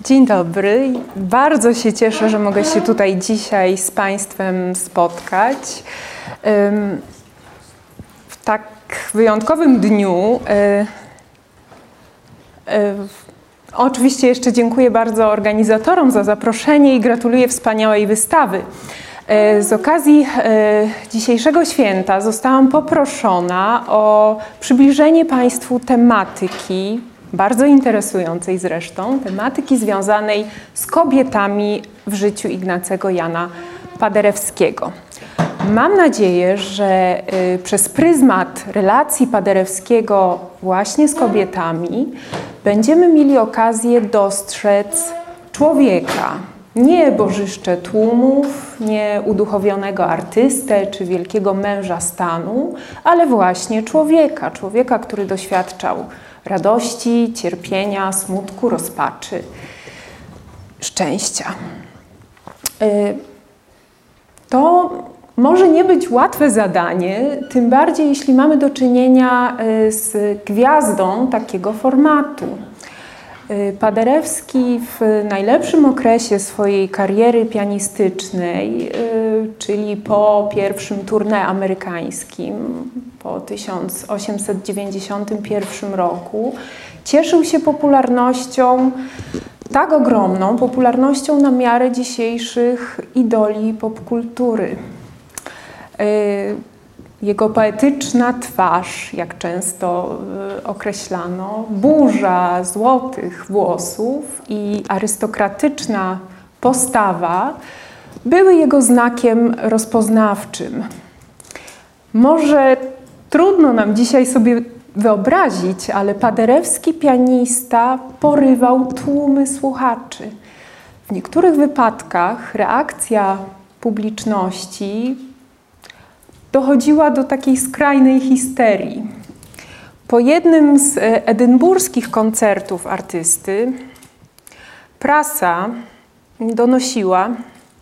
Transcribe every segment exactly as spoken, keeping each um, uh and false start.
Dzień dobry. Bardzo się cieszę, że mogę się tutaj dzisiaj z Państwem spotkać. W tak wyjątkowym dniu. Oczywiście jeszcze dziękuję bardzo organizatorom za zaproszenie i gratuluję wspaniałej wystawy. Z okazji dzisiejszego święta zostałam poproszona o przybliżenie Państwu tematyki, bardzo interesującej zresztą, tematyki związanej z kobietami w życiu Ignacego Jana Paderewskiego. Mam nadzieję, że przez pryzmat relacji Paderewskiego właśnie z kobietami będziemy mieli okazję dostrzec człowieka, nie bożyszcze tłumów, nie uduchowionego artystę czy wielkiego męża stanu, ale właśnie człowieka, człowieka, który doświadczał radości, cierpienia, smutku, rozpaczy, szczęścia. To może nie być łatwe zadanie, tym bardziej jeśli mamy do czynienia z gwiazdą takiego formatu. Paderewski w najlepszym okresie swojej kariery pianistycznej, czyli po pierwszym tournée amerykańskim, po tysiąc osiemset dziewięćdziesiątym pierwszym roku, cieszył się popularnością, tak ogromną popularnością na miarę dzisiejszych idoli popkultury. Jego poetyczna twarz, jak często określano, burza złotych włosów i arystokratyczna postawa były jego znakiem rozpoznawczym. Może trudno nam dzisiaj sobie wyobrazić, ale paderewski pianista porywał tłumy słuchaczy. W niektórych wypadkach reakcja publiczności dochodziła do takiej skrajnej histerii. Po jednym z edynburskich koncertów artysty prasa donosiła,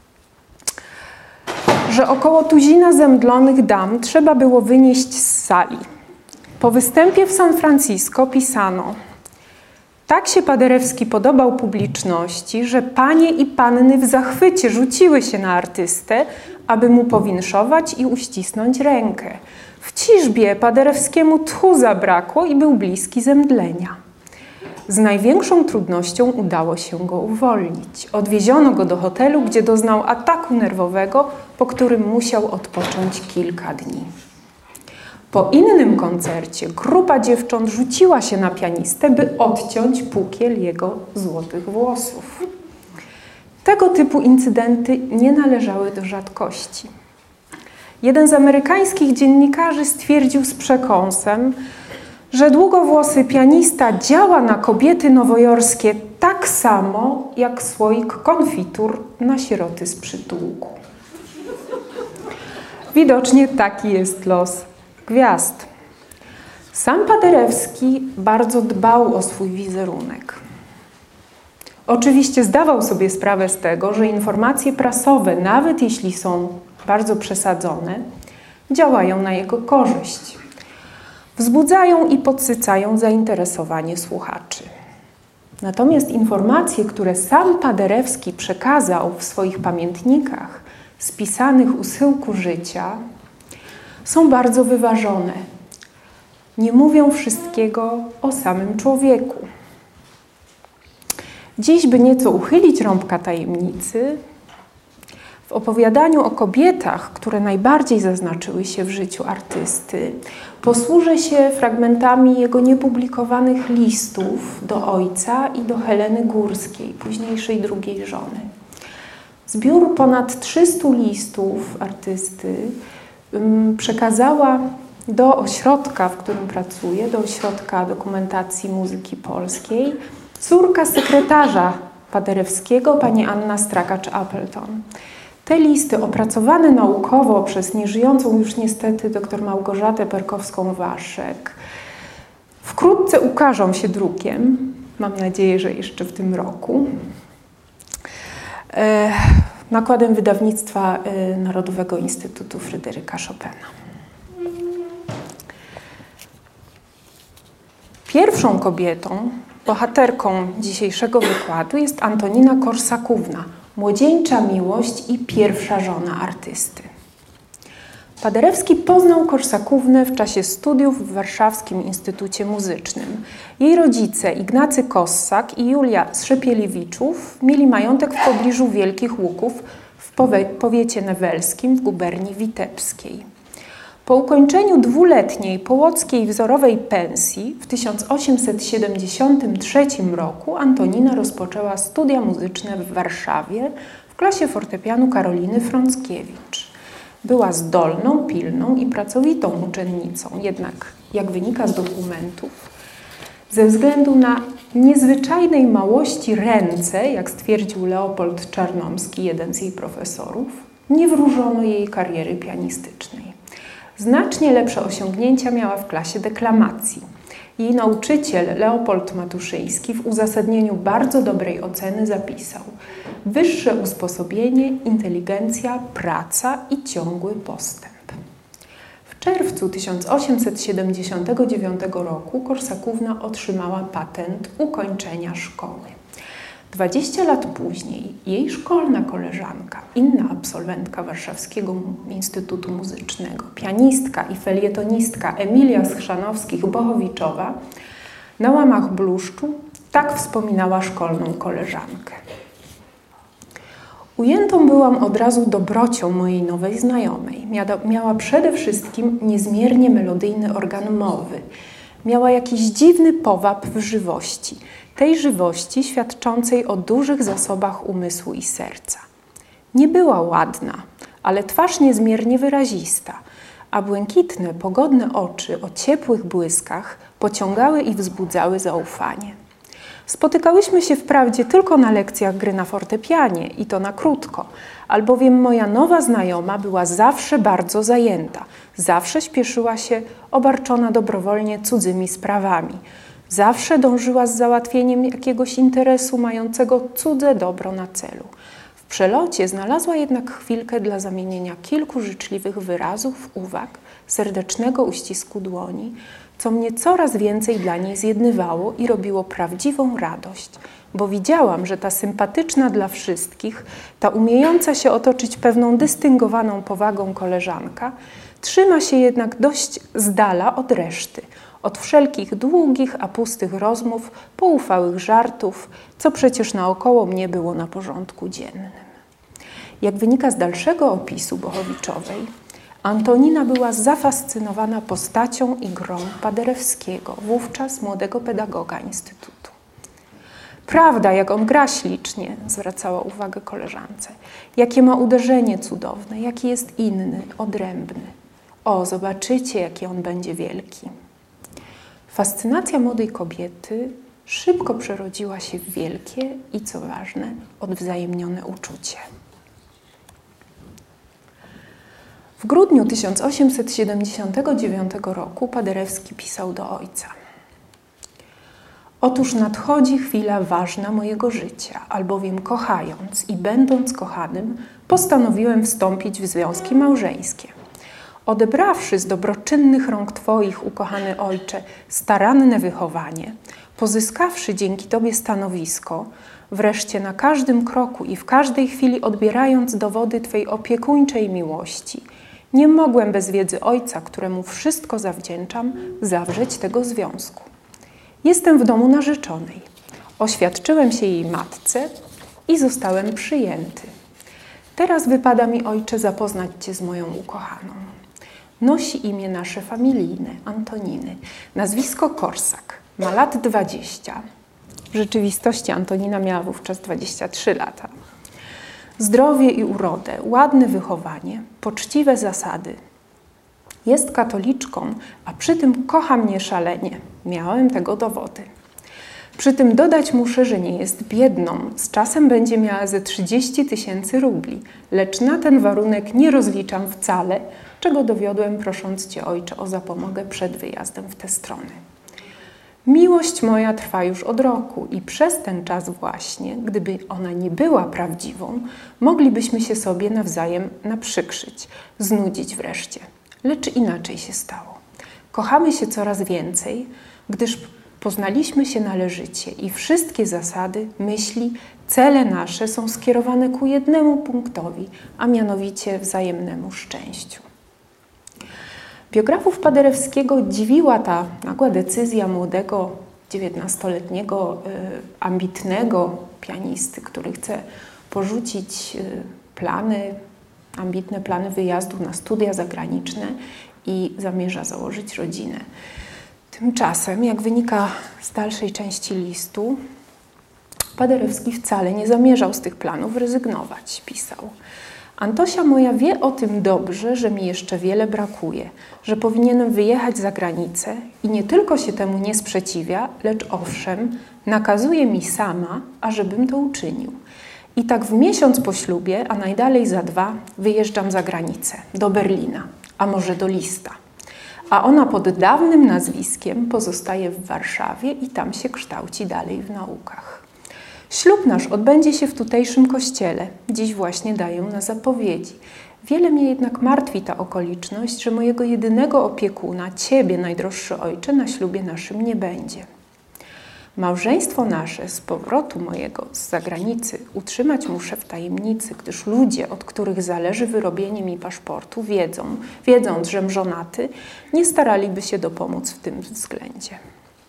że około tuzina zemdlonych dam trzeba było wynieść z sali. Po występie w San Francisco pisano: tak się Paderewski podobał publiczności, że panie i panny w zachwycie rzuciły się na artystę, aby mu powinszować i uścisnąć rękę. W ciżbie Paderewskiemu tchu zabrakło i był bliski zemdlenia. Z największą trudnością udało się go uwolnić. Odwieziono go do hotelu, gdzie doznał ataku nerwowego, po którym musiał odpocząć kilka dni. Po innym koncercie grupa dziewcząt rzuciła się na pianistę, by odciąć pukiel jego złotych włosów. Tego typu incydenty nie należały do rzadkości. Jeden z amerykańskich dziennikarzy stwierdził z przekąsem, że długowłosy pianista działa na kobiety nowojorskie tak samo, jak słoik konfitur na sieroty z przytułku. Widocznie taki jest los gwiazd. Sam Paderewski bardzo dbał o swój wizerunek. Oczywiście zdawał sobie sprawę z tego, że informacje prasowe, nawet jeśli są bardzo przesadzone, działają na jego korzyść. Wzbudzają i podsycają zainteresowanie słuchaczy. Natomiast informacje, które sam Paderewski przekazał w swoich pamiętnikach spisanych u schyłku życia, są bardzo wyważone. Nie mówią wszystkiego o samym człowieku. Dziś, by nieco uchylić rąbka tajemnicy, w opowiadaniu o kobietach, które najbardziej zaznaczyły się w życiu artysty, posłużę się fragmentami jego niepublikowanych listów do ojca i do Heleny Górskiej, późniejszej drugiej żony. Zbiór ponad trzystu listów artysty um, przekazała do ośrodka, w którym pracuje, do Ośrodka Dokumentacji Muzyki Polskiej, córka sekretarza Paderewskiego, pani Anna Strakacz-Appleton. Te listy opracowane naukowo przez nieżyjącą już niestety dr Małgorzatę Perkowską-Waszek wkrótce ukażą się drukiem, mam nadzieję, że jeszcze w tym roku, e, nakładem wydawnictwa e, Narodowego Instytutu Fryderyka Chopina. Pierwszą kobietą, Bohaterką dzisiejszego wykładu jest Antonina Korsakówna, młodzieńcza miłość i pierwsza żona artysty. Paderewski poznał Korsakównę w czasie studiów w Warszawskim Instytucie Muzycznym. Jej rodzice, Ignacy Kossak i Julia Strzepiełiewiczów, mieli majątek w pobliżu Wielkich Łuków w powiecie newelskim w guberni witebskiej. Po ukończeniu dwuletniej połockiej wzorowej pensji w tysiąc osiemset siedemdziesiątym trzecim roku Antonina rozpoczęła studia muzyczne w Warszawie w klasie fortepianu Karoliny Frąckiewicz. Była zdolną, pilną i pracowitą uczennicą, jednak, jak wynika z dokumentów, ze względu na niezwyczajnej małości ręce, jak stwierdził Leopold Czarnomski, jeden z jej profesorów, nie wróżono jej kariery pianistycznej. Znacznie lepsze osiągnięcia miała w klasie deklamacji. Jej nauczyciel Leopold Matuszyński w uzasadnieniu bardzo dobrej oceny zapisał: wyższe usposobienie, inteligencja, praca i ciągły postęp. W czerwcu tysiąc osiemset siedemdziesiątego dziewiątego roku Korsakówna otrzymała patent ukończenia szkoły. Dwadzieścia lat później jej szkolna koleżanka, inna absolwentka Warszawskiego Instytutu Muzycznego, pianistka i felietonistka Emilia Schrzanowskich-Bochowiczowa na łamach bluszczu tak wspominała szkolną koleżankę. Ujętą byłam od razu dobrocią mojej nowej znajomej. Miała przede wszystkim niezmiernie melodyjny organ mowy. Miała jakiś dziwny powab w żywości, tej żywości świadczącej o dużych zasobach umysłu i serca. Nie była ładna, ale twarz niezmiernie wyrazista, a błękitne, pogodne oczy o ciepłych błyskach pociągały i wzbudzały zaufanie. Spotykałyśmy się wprawdzie tylko na lekcjach gry na fortepianie i to na krótko, albowiem moja nowa znajoma była zawsze bardzo zajęta, zawsze śpieszyła się obarczona dobrowolnie cudzymi sprawami, zawsze dążyła z załatwieniem jakiegoś interesu mającego cudze dobro na celu. W przelocie znalazła jednak chwilkę dla zamienienia kilku życzliwych wyrazów, uwag, serdecznego uścisku dłoni, co mnie coraz więcej dla niej zjednywało i robiło prawdziwą radość, bo widziałam, że ta sympatyczna dla wszystkich, ta umiejąca się otoczyć pewną dystyngowaną powagą koleżanka, trzyma się jednak dość z dala od reszty, od wszelkich długich, a pustych rozmów, poufałych żartów, co przecież naokoło mnie było na porządku dziennym. Jak wynika z dalszego opisu Bochowiczowej, Antonina była zafascynowana postacią i grą Paderewskiego, wówczas młodego pedagoga Instytutu. Prawda, jak on gra ślicznie, zwracała uwagę koleżance. Jakie ma uderzenie cudowne, jaki jest inny, odrębny. O, zobaczycie, jaki on będzie wielki. Fascynacja młodej kobiety szybko przerodziła się w wielkie i, co ważne, odwzajemnione uczucie. W grudniu tysiąc osiemset siedemdziesiątego dziewiątego roku Paderewski pisał do ojca: otóż nadchodzi chwila ważna mojego życia, albowiem kochając i będąc kochanym, postanowiłem wstąpić w związki małżeńskie. Odebrawszy z dobroczynnych rąk Twoich, ukochany ojcze, staranne wychowanie, pozyskawszy dzięki Tobie stanowisko, wreszcie na każdym kroku i w każdej chwili odbierając dowody Twej opiekuńczej miłości, nie mogłem bez wiedzy ojca, któremu wszystko zawdzięczam, zawrzeć tego związku. Jestem w domu narzeczonej. Oświadczyłem się jej matce i zostałem przyjęty. Teraz wypada mi, ojcze, zapoznać Cię z moją ukochaną. Nosi imię nasze familijne, Antoniny. Nazwisko Korsak. Ma lat dwadzieścia. W rzeczywistości Antonina miała wówczas dwadzieścia trzy lata. Zdrowie i urodę, ładne wychowanie, poczciwe zasady. Jest katoliczką, a przy tym kocha mnie szalenie. Miałem tego dowody. Przy tym dodać muszę, że nie jest biedną. Z czasem będzie miała ze trzydzieści tysięcy rubli, lecz na ten warunek nie rozliczam wcale, czego dowiodłem, prosząc Cię, ojcze, o zapomogę przed wyjazdem w te strony. Miłość moja trwa już od roku i przez ten czas właśnie, gdyby ona nie była prawdziwą, moglibyśmy się sobie nawzajem naprzykrzyć, znudzić wreszcie. Lecz inaczej się stało. Kochamy się coraz więcej, gdyż Poznaliśmy się należycie i wszystkie zasady, myśli, cele nasze są skierowane ku jednemu punktowi, a mianowicie wzajemnemu szczęściu. Biografów Paderewskiego dziwiła ta nagła decyzja młodego, dziewiętnastoletniego, y, ambitnego pianisty, który chce porzucić y, plany, ambitne plany wyjazdu na studia zagraniczne i zamierza założyć rodzinę. Tymczasem, jak wynika z dalszej części listu, Paderewski wcale nie zamierzał z tych planów rezygnować, pisał. Antosia moja wie o tym dobrze, że mi jeszcze wiele brakuje, że powinienem wyjechać za granicę i nie tylko się temu nie sprzeciwia, lecz owszem, nakazuje mi sama, ażebym to uczynił. I tak w miesiąc po ślubie, a najdalej za dwa, wyjeżdżam za granicę, do Berlina, a może do Lista. A ona pod dawnym nazwiskiem pozostaje w Warszawie i tam się kształci dalej w naukach. Ślub nasz odbędzie się w tutejszym kościele. Dziś właśnie daję na zapowiedzi. Wiele mnie jednak martwi ta okoliczność, że mojego jedynego opiekuna, Ciebie, najdroższy Ojcze, na ślubie naszym nie będzie. Małżeństwo nasze z powrotu mojego z zagranicy utrzymać muszę w tajemnicy, gdyż ludzie, od których zależy wyrobienie mi paszportu, wiedzą, wiedząc, żem żonaty, nie staraliby się dopomóc w tym względzie.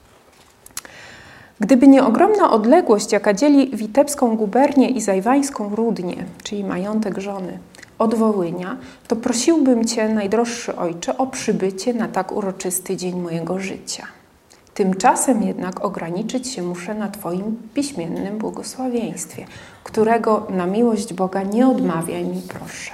Gdyby nie ogromna odległość, jaka dzieli Witebską gubernię i Zajwańską Rudnię, czyli majątek żony, od Wołynia, to prosiłbym Cię, najdroższy Ojcze, o przybycie na tak uroczysty dzień mojego życia. Tymczasem jednak ograniczyć się muszę na Twoim piśmiennym błogosławieństwie, którego na miłość Boga nie odmawiaj mi, proszę.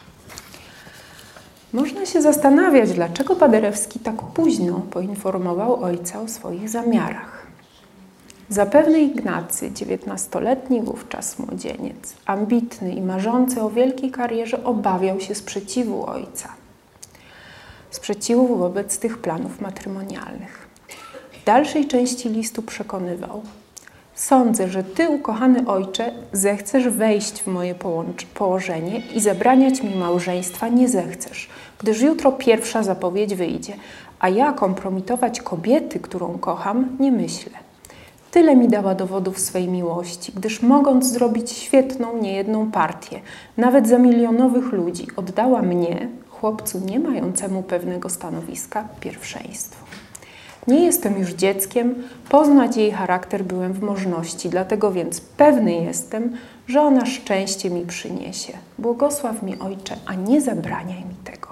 Można się zastanawiać, dlaczego Paderewski tak późno poinformował ojca o swoich zamiarach. Zapewne Ignacy, dziewiętnastoletni wówczas młodzieniec, ambitny i marzący o wielkiej karierze, obawiał się sprzeciwu ojca. Sprzeciwu wobec tych planów matrymonialnych. W dalszej części listu przekonywał: sądzę, że Ty, ukochany Ojcze, zechcesz wejść w moje położenie i zabraniać mi małżeństwa nie zechcesz, gdyż jutro pierwsza zapowiedź wyjdzie, a ja kompromitować kobiety, którą kocham, nie myślę. Tyle mi dała dowodów swej miłości, gdyż mogąc zrobić świetną, niejedną partię, nawet za milionowych ludzi, oddała mnie, chłopcu nie mającemu pewnego stanowiska, pierwszeństwo. Nie jestem już dzieckiem, poznać jej charakter byłem w możności, dlatego więc pewny jestem, że ona szczęście mi przyniesie. Błogosław mi, Ojcze, a nie zabraniaj mi tego.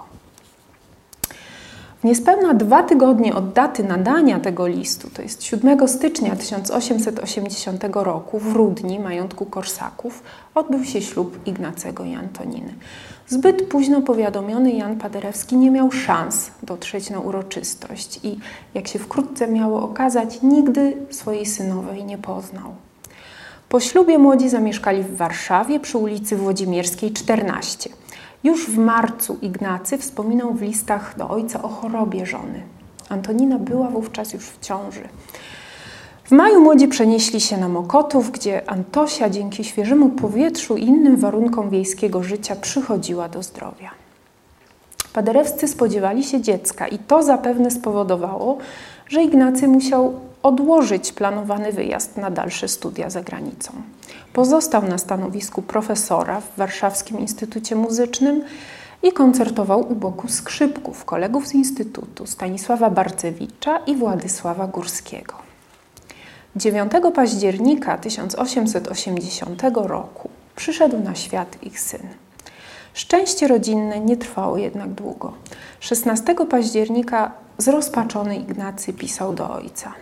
W niespełna dwa tygodnie od daty nadania tego listu, to jest siódmego stycznia tysiąc osiemset osiemdziesiątego roku, w Rudni, majątku Korsaków, odbył się ślub Ignacego i Antoniny. Zbyt późno powiadomiony Jan Paderewski nie miał szans dotrzeć na uroczystość i, jak się wkrótce miało okazać, nigdy swojej synowej nie poznał. Po ślubie młodzi zamieszkali w Warszawie przy ulicy Włodzimierskiej czternaście. Już w marcu Ignacy wspominał w listach do ojca o chorobie żony. Antonina była wówczas już w ciąży. W maju młodzi przenieśli się na Mokotów, gdzie Antosia dzięki świeżemu powietrzu i innym warunkom wiejskiego życia przychodziła do zdrowia. Paderewscy spodziewali się dziecka i to zapewne spowodowało, że Ignacy musiał odłożyć planowany wyjazd na dalsze studia za granicą. Pozostał na stanowisku profesora w Warszawskim Instytucie Muzycznym i koncertował u boku skrzypków, kolegów z Instytutu, Stanisława Bardzewicza i Władysława Górskiego. dziewiątego października tysiąc osiemset osiemdziesiątego roku przyszedł na świat ich syn. Szczęście rodzinne nie trwało jednak długo. szesnastego października zrozpaczony Ignacy pisał do ojca: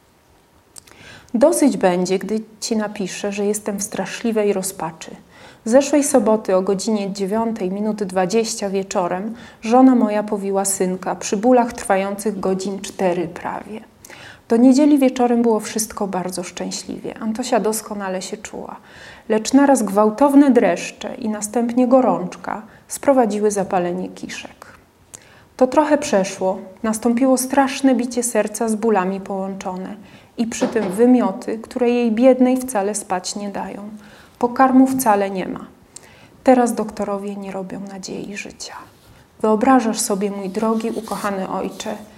dosyć będzie, gdy Ci napiszę, że jestem w straszliwej rozpaczy. Zeszłej soboty o godzinie dziewiątej minut dwadzieścia wieczorem żona moja powiła synka przy bólach trwających godzin cztery prawie. Do niedzieli wieczorem było wszystko bardzo szczęśliwie. Antosia doskonale się czuła. Lecz naraz gwałtowne dreszcze i następnie gorączka sprowadziły zapalenie kiszek. To trochę przeszło, nastąpiło straszne bicie serca z bólami połączone i przy tym wymioty, które jej biednej wcale spać nie dają. Pokarmu wcale nie ma. Teraz doktorowie nie robią nadziei życia. Wyobrażasz sobie, mój drogi, ukochany ojcze,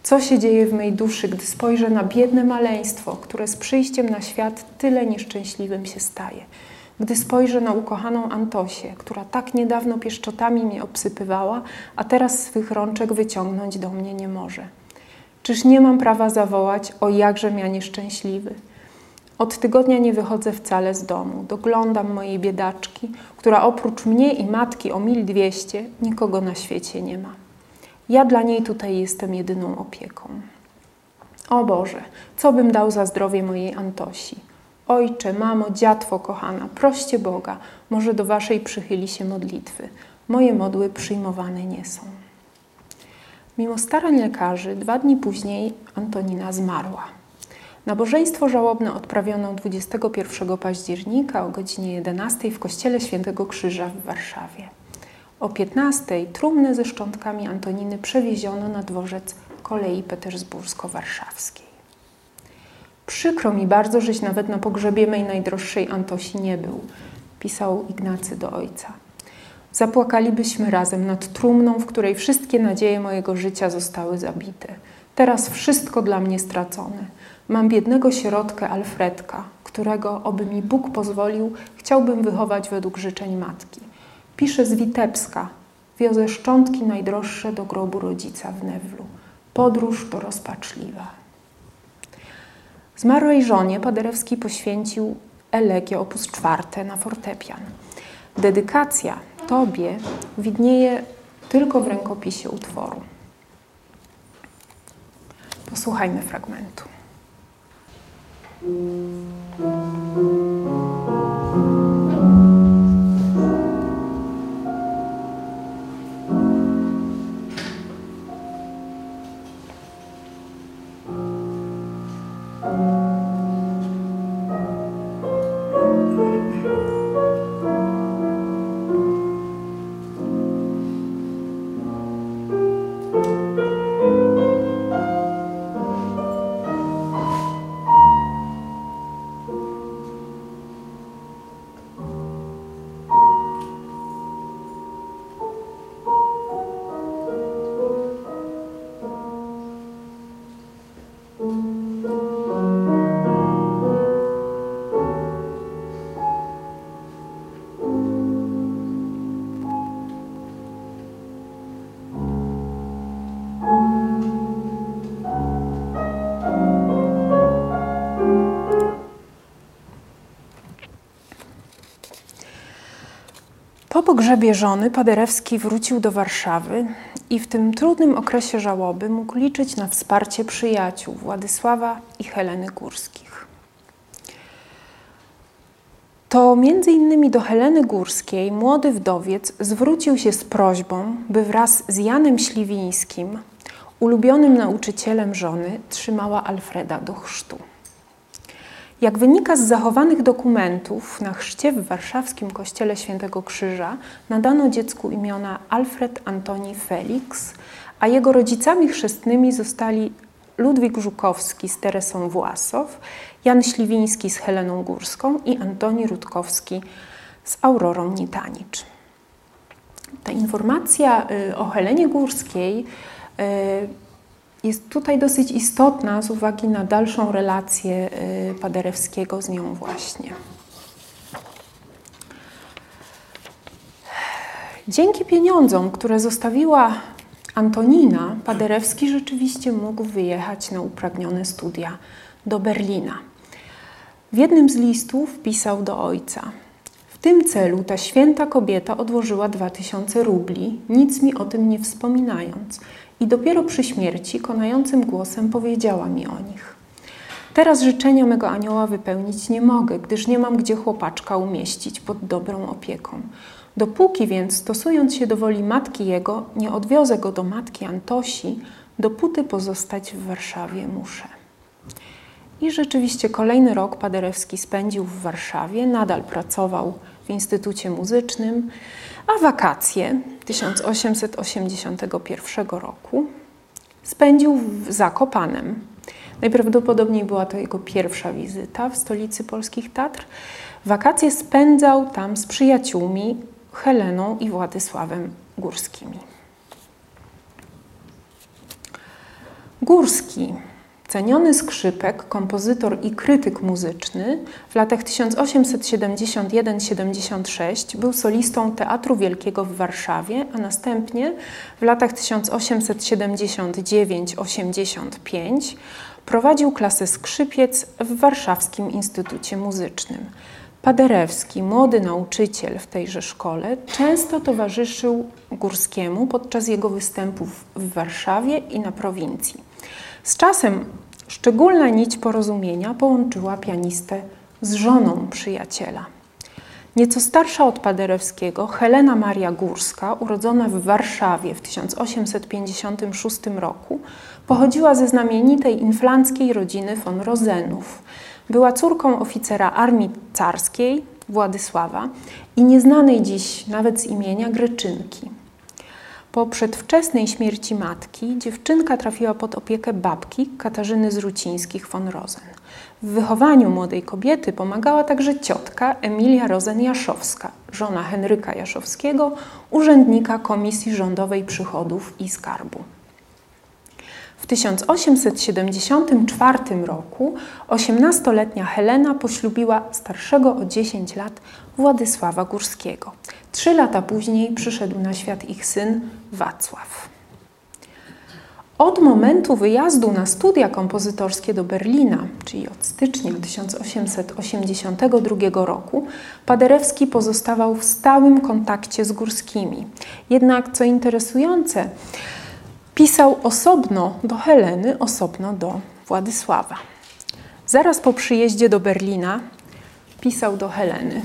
Co się dzieje w mej duszy, gdy spojrzę na biedne maleństwo, które z przyjściem na świat tyle nieszczęśliwym się staje? Gdy spojrzę na ukochaną Antosię, która tak niedawno pieszczotami mnie obsypywała, a teraz swych rączek wyciągnąć do mnie nie może. Czyż nie mam prawa zawołać: o jakżem ja nieszczęśliwy? Od tygodnia nie wychodzę wcale z domu, doglądam mojej biedaczki, która oprócz mnie i matki o mil dwieście nikogo na świecie nie ma. Ja dla niej tutaj jestem jedyną opieką. O Boże, co bym dał za zdrowie mojej Antosi? Ojcze, mamo, dziatwo kochana, proście Boga, może do waszej przychyli się modlitwy. Moje modły przyjmowane nie są. Mimo starań lekarzy, dwa dni później Antonina zmarła. Nabożeństwo żałobne odprawiono dwudziestego pierwszego października o godzinie jedenastej w kościele Świętego Krzyża w Warszawie. O piętnastej trumnę ze szczątkami Antoniny przewieziono na dworzec kolei petersbursko-warszawskiej. Przykro mi bardzo, żeś nawet na pogrzebie mej najdroższej Antosi nie był, pisał Ignacy do ojca. Zapłakalibyśmy razem nad trumną, w której wszystkie nadzieje mojego życia zostały zabite. Teraz wszystko dla mnie stracone. Mam biednego sierotkę Alfredka, którego, oby mi Bóg pozwolił, chciałbym wychować według życzeń matki. Piszę z Witebska. Wiozę szczątki najdroższe do grobu rodzica w Newlu. Podróż to rozpaczliwa. Zmarłej żonie Paderewski poświęcił elegię op. czwarte na fortepian. Dedykacja Tobie widnieje tylko w rękopisie utworu. Posłuchajmy fragmentu. Po pogrzebie żony Paderewski wrócił do Warszawy i w tym trudnym okresie żałoby mógł liczyć na wsparcie przyjaciół Władysława i Heleny Górskich. To między innymi do Heleny Górskiej młody wdowiec zwrócił się z prośbą, by wraz z Janem Śliwińskim, ulubionym nauczycielem żony, trzymała Alfreda do chrztu. Jak wynika z zachowanych dokumentów, na chrzcie w warszawskim kościele Świętego Krzyża nadano dziecku imiona Alfred Antoni Felix, a jego rodzicami chrzestnymi zostali Ludwik Żukowski z Teresą Własow, Jan Śliwiński z Heleną Górską i Antoni Rutkowski z Aurorą Nitanicz. Ta informacja o Helenie Górskiej jest tutaj dosyć istotna z uwagi na dalszą relację Paderewskiego z nią właśnie. Dzięki pieniądzom, które zostawiła Antonina, Paderewski rzeczywiście mógł wyjechać na upragnione studia do Berlina. W jednym z listów pisał do ojca: w tym celu ta święta kobieta odłożyła dwa tysiące rubli, nic mi o tym nie wspominając, i dopiero przy śmierci konającym głosem powiedziała mi o nich. Teraz życzenia mego anioła wypełnić nie mogę, gdyż nie mam gdzie chłopaczka umieścić pod dobrą opieką. Dopóki więc, stosując się do woli matki jego, nie odwiozę go do matki Antosi, dopóty pozostać w Warszawie muszę. I rzeczywiście kolejny rok Paderewski spędził w Warszawie, nadal pracował w Instytucie Muzycznym, a wakacje tysiąc osiemset osiemdziesiątego pierwszego roku spędził w Zakopanem. Najprawdopodobniej była to jego pierwsza wizyta w stolicy polskich Tatr. Wakacje spędzał tam z przyjaciółmi Heleną i Władysławem Górskimi. Górski, ceniony skrzypek, kompozytor i krytyk muzyczny, w latach tysiąc osiemset siedemdziesiąt jeden do siedemdziesiąt sześć był solistą Teatru Wielkiego w Warszawie, a następnie w latach tysiąc osiemset siedemdziesiąt dziewięć do osiemdziesiąt pięć prowadził klasę skrzypiec w Warszawskim Instytucie Muzycznym. Paderewski, młody nauczyciel w tejże szkole, często towarzyszył Górskiemu podczas jego występów w Warszawie i na prowincji. Z czasem szczególna nić porozumienia połączyła pianistę z żoną przyjaciela. Nieco starsza od Paderewskiego, Helena Maria Górska, urodzona w Warszawie w tysiąc osiemset pięćdziesiątym szóstym roku, pochodziła ze znamienitej inflanckiej rodziny von Rosenów. Była córką oficera armii carskiej Władysława i nieznanej dziś nawet z imienia Greczynki. Po przedwczesnej śmierci matki dziewczynka trafiła pod opiekę babki Katarzyny z Rucińskich von Rosen. W wychowaniu młodej kobiety pomagała także ciotka Emilia Rosen-Jaszowska, żona Henryka Jaszowskiego, urzędnika Komisji Rządowej Przychodów i Skarbu. W tysiąc osiemset siedemdziesiątym czwartym roku osiemnastoletnia Helena poślubiła starszego o dziesięć lat Władysława Górskiego. Trzy lata później przyszedł na świat ich syn Wacław. Od momentu wyjazdu na studia kompozytorskie do Berlina, czyli od stycznia tysiąc osiemset osiemdziesiątego drugiego roku, Paderewski pozostawał w stałym kontakcie z Górskimi. Jednak, co interesujące, pisał osobno do Heleny, osobno do Władysława. Zaraz po przyjeździe do Berlina pisał do Heleny.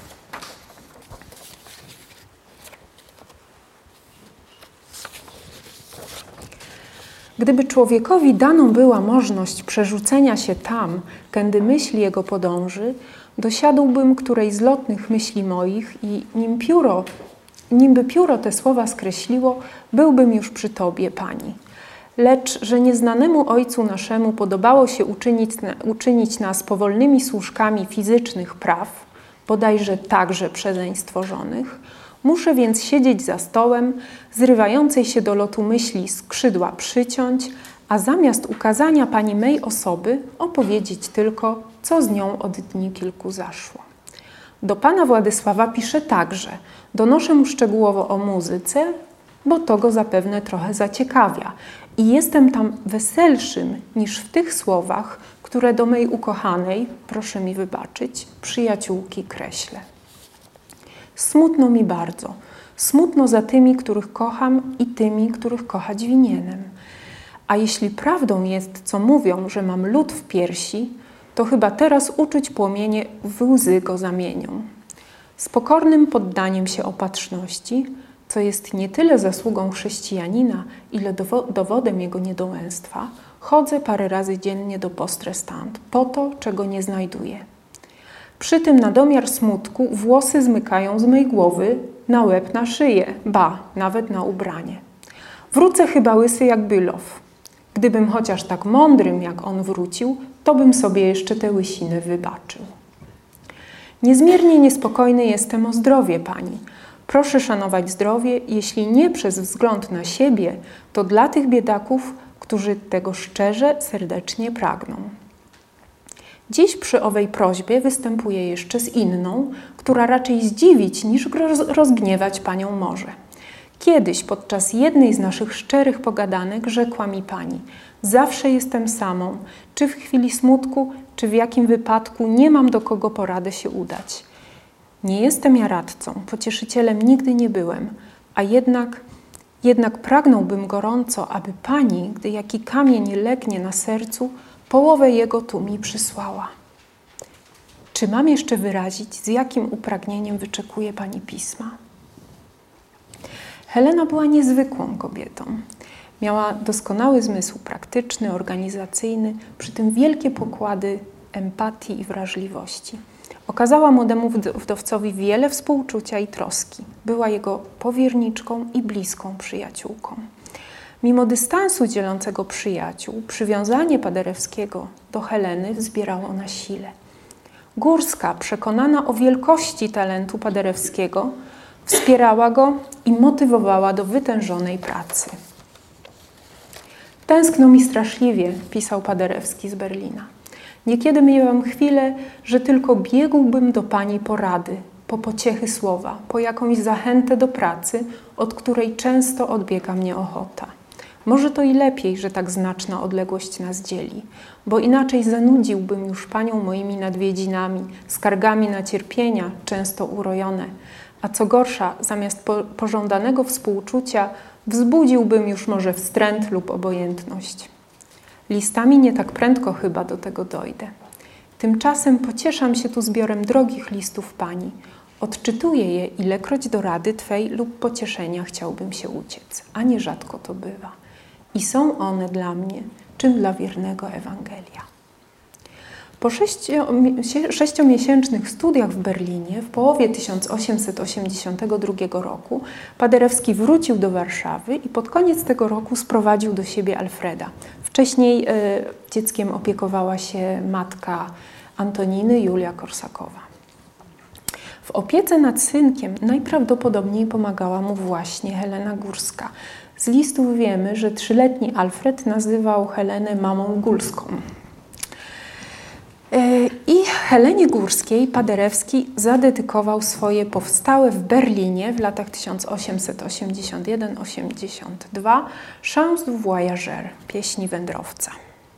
Gdyby człowiekowi daną była możność przerzucenia się tam, kędy myśl jego podąży, dosiadłbym której z lotnych myśli moich i nim pióro, nim by pióro te słowa skreśliło, byłbym już przy Tobie, Pani. Lecz, że nieznanemu Ojcu naszemu podobało się uczynić, uczynić nas powolnymi służkami fizycznych praw, bodajże także przezeń stworzonych, muszę więc siedzieć za stołem, zrywającej się do lotu myśli skrzydła przyciąć, a zamiast ukazania Pani mej osoby opowiedzieć tylko, co z nią od dni kilku zaszło. Do Pana Władysława piszę także, donoszę mu szczegółowo o muzyce, bo to go zapewne trochę zaciekawia i jestem tam weselszym niż w tych słowach, które do mej ukochanej, proszę mi wybaczyć, przyjaciółki kreślę. Smutno mi bardzo, smutno za tymi, których kocham i tymi, których kochać winienem. A jeśli prawdą jest, co mówią, że mam lód w piersi, to chyba teraz uczuć płomienie w łzy go zamienią. Z pokornym poddaniem się opatrzności, co jest nie tyle zasługą chrześcijanina, ile dowodem jego niedołęstwa, chodzę parę razy dziennie do postrestant, po to, czego nie znajduję. Przy tym na domiar smutku włosy zmykają z mej głowy na łeb, na szyję, ba, nawet na ubranie. Wrócę chyba łysy jak Bülow. Gdybym chociaż tak mądrym, jak on wrócił, to bym sobie jeszcze tę łysinę wybaczył. Niezmiernie niespokojny jestem o zdrowie Pani. Proszę szanować zdrowie, jeśli nie przez wzgląd na siebie, to dla tych biedaków, którzy tego szczerze, serdecznie pragną. Dziś przy owej prośbie występuję jeszcze z inną, która raczej zdziwić niż rozgniewać Panią może. Kiedyś podczas jednej z naszych szczerych pogadanek rzekła mi Pani: zawsze jestem samą, czy w chwili smutku, czy w jakim wypadku nie mam do kogo po radę się udać. Nie jestem ja radcą, pocieszycielem nigdy nie byłem, a jednak, jednak pragnąłbym gorąco, aby Pani, gdy jaki kamień legnie na sercu, połowę jego tu mi przysłała. Czy mam jeszcze wyrazić, z jakim upragnieniem wyczekuje Pani pisma? Helena była niezwykłą kobietą. Miała doskonały zmysł praktyczny, organizacyjny, przy tym wielkie pokłady empatii i wrażliwości. Okazała młodemu wdowcowi wiele współczucia i troski. Była jego powierniczką i bliską przyjaciółką. Mimo dystansu dzielącego przyjaciół, przywiązanie Paderewskiego do Heleny wzbierało na sile. Górska, przekonana o wielkości talentu Paderewskiego, wspierała go i motywowała do wytężonej pracy. Tęskno mi straszliwie, pisał Paderewski z Berlina. Niekiedy miałam chwilę, że tylko biegłbym do pani porady, po pociechy słowa, po jakąś zachętę do pracy, od której często odbiega mnie ochota. Może to i lepiej, że tak znaczna odległość nas dzieli, bo inaczej zanudziłbym już panią moimi nadwiedzinami, skargami na cierpienia, często urojone, a co gorsza, zamiast po pożądanego współczucia wzbudziłbym już może wstręt lub obojętność. Listami nie tak prędko chyba do tego dojdę. Tymczasem pocieszam się tu zbiorem drogich listów pani. Odczytuję je, ilekroć do rady twej lub pocieszenia chciałbym się uciec, a nierzadko to bywa. I są one dla mnie, czym dla wiernego Ewangelia. Po sześciomiesięcznych studiach w Berlinie w połowie tysiąc osiemset osiemdziesiątego drugiego roku Paderewski wrócił do Warszawy i pod koniec tego roku sprowadził do siebie Alfreda. Wcześniej y, dzieckiem opiekowała się matka Antoniny, Julia Korsakowa. W opiece nad synkiem najprawdopodobniej pomagała mu właśnie Helena Górska. Z listów wiemy, że trzyletni Alfred nazywał Helenę mamą gólską. I Helenie Górskiej Paderewski zadedykował swoje powstałe w Berlinie w latach tysiąc osiemset osiemdziesiąt jeden do osiemdziesiąt dwa Chants du Voyageur, pieśni wędrowca.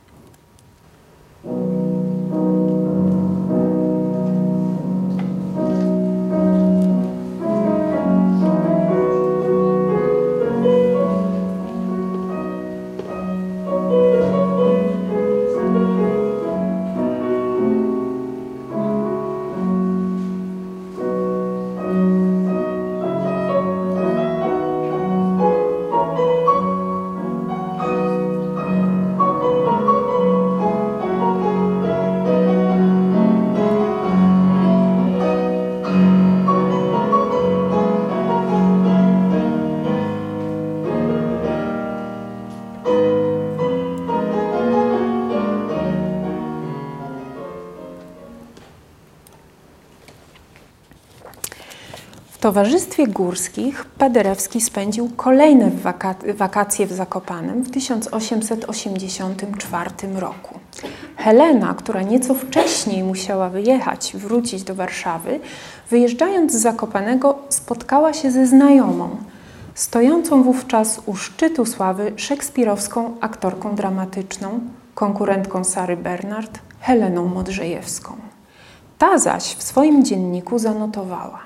W towarzystwie Górskich Paderewski spędził kolejne waka wakacje w Zakopanem w tysiąc osiemset osiemdziesiątym czwartym roku. Helena, która nieco wcześniej musiała wyjechać, wrócić do Warszawy, wyjeżdżając z Zakopanego spotkała się ze znajomą, stojącą wówczas u szczytu sławy szekspirowską aktorką dramatyczną, konkurentką Sary Bernard, Heleną Modrzejewską. Ta zaś w swoim dzienniku zanotowała: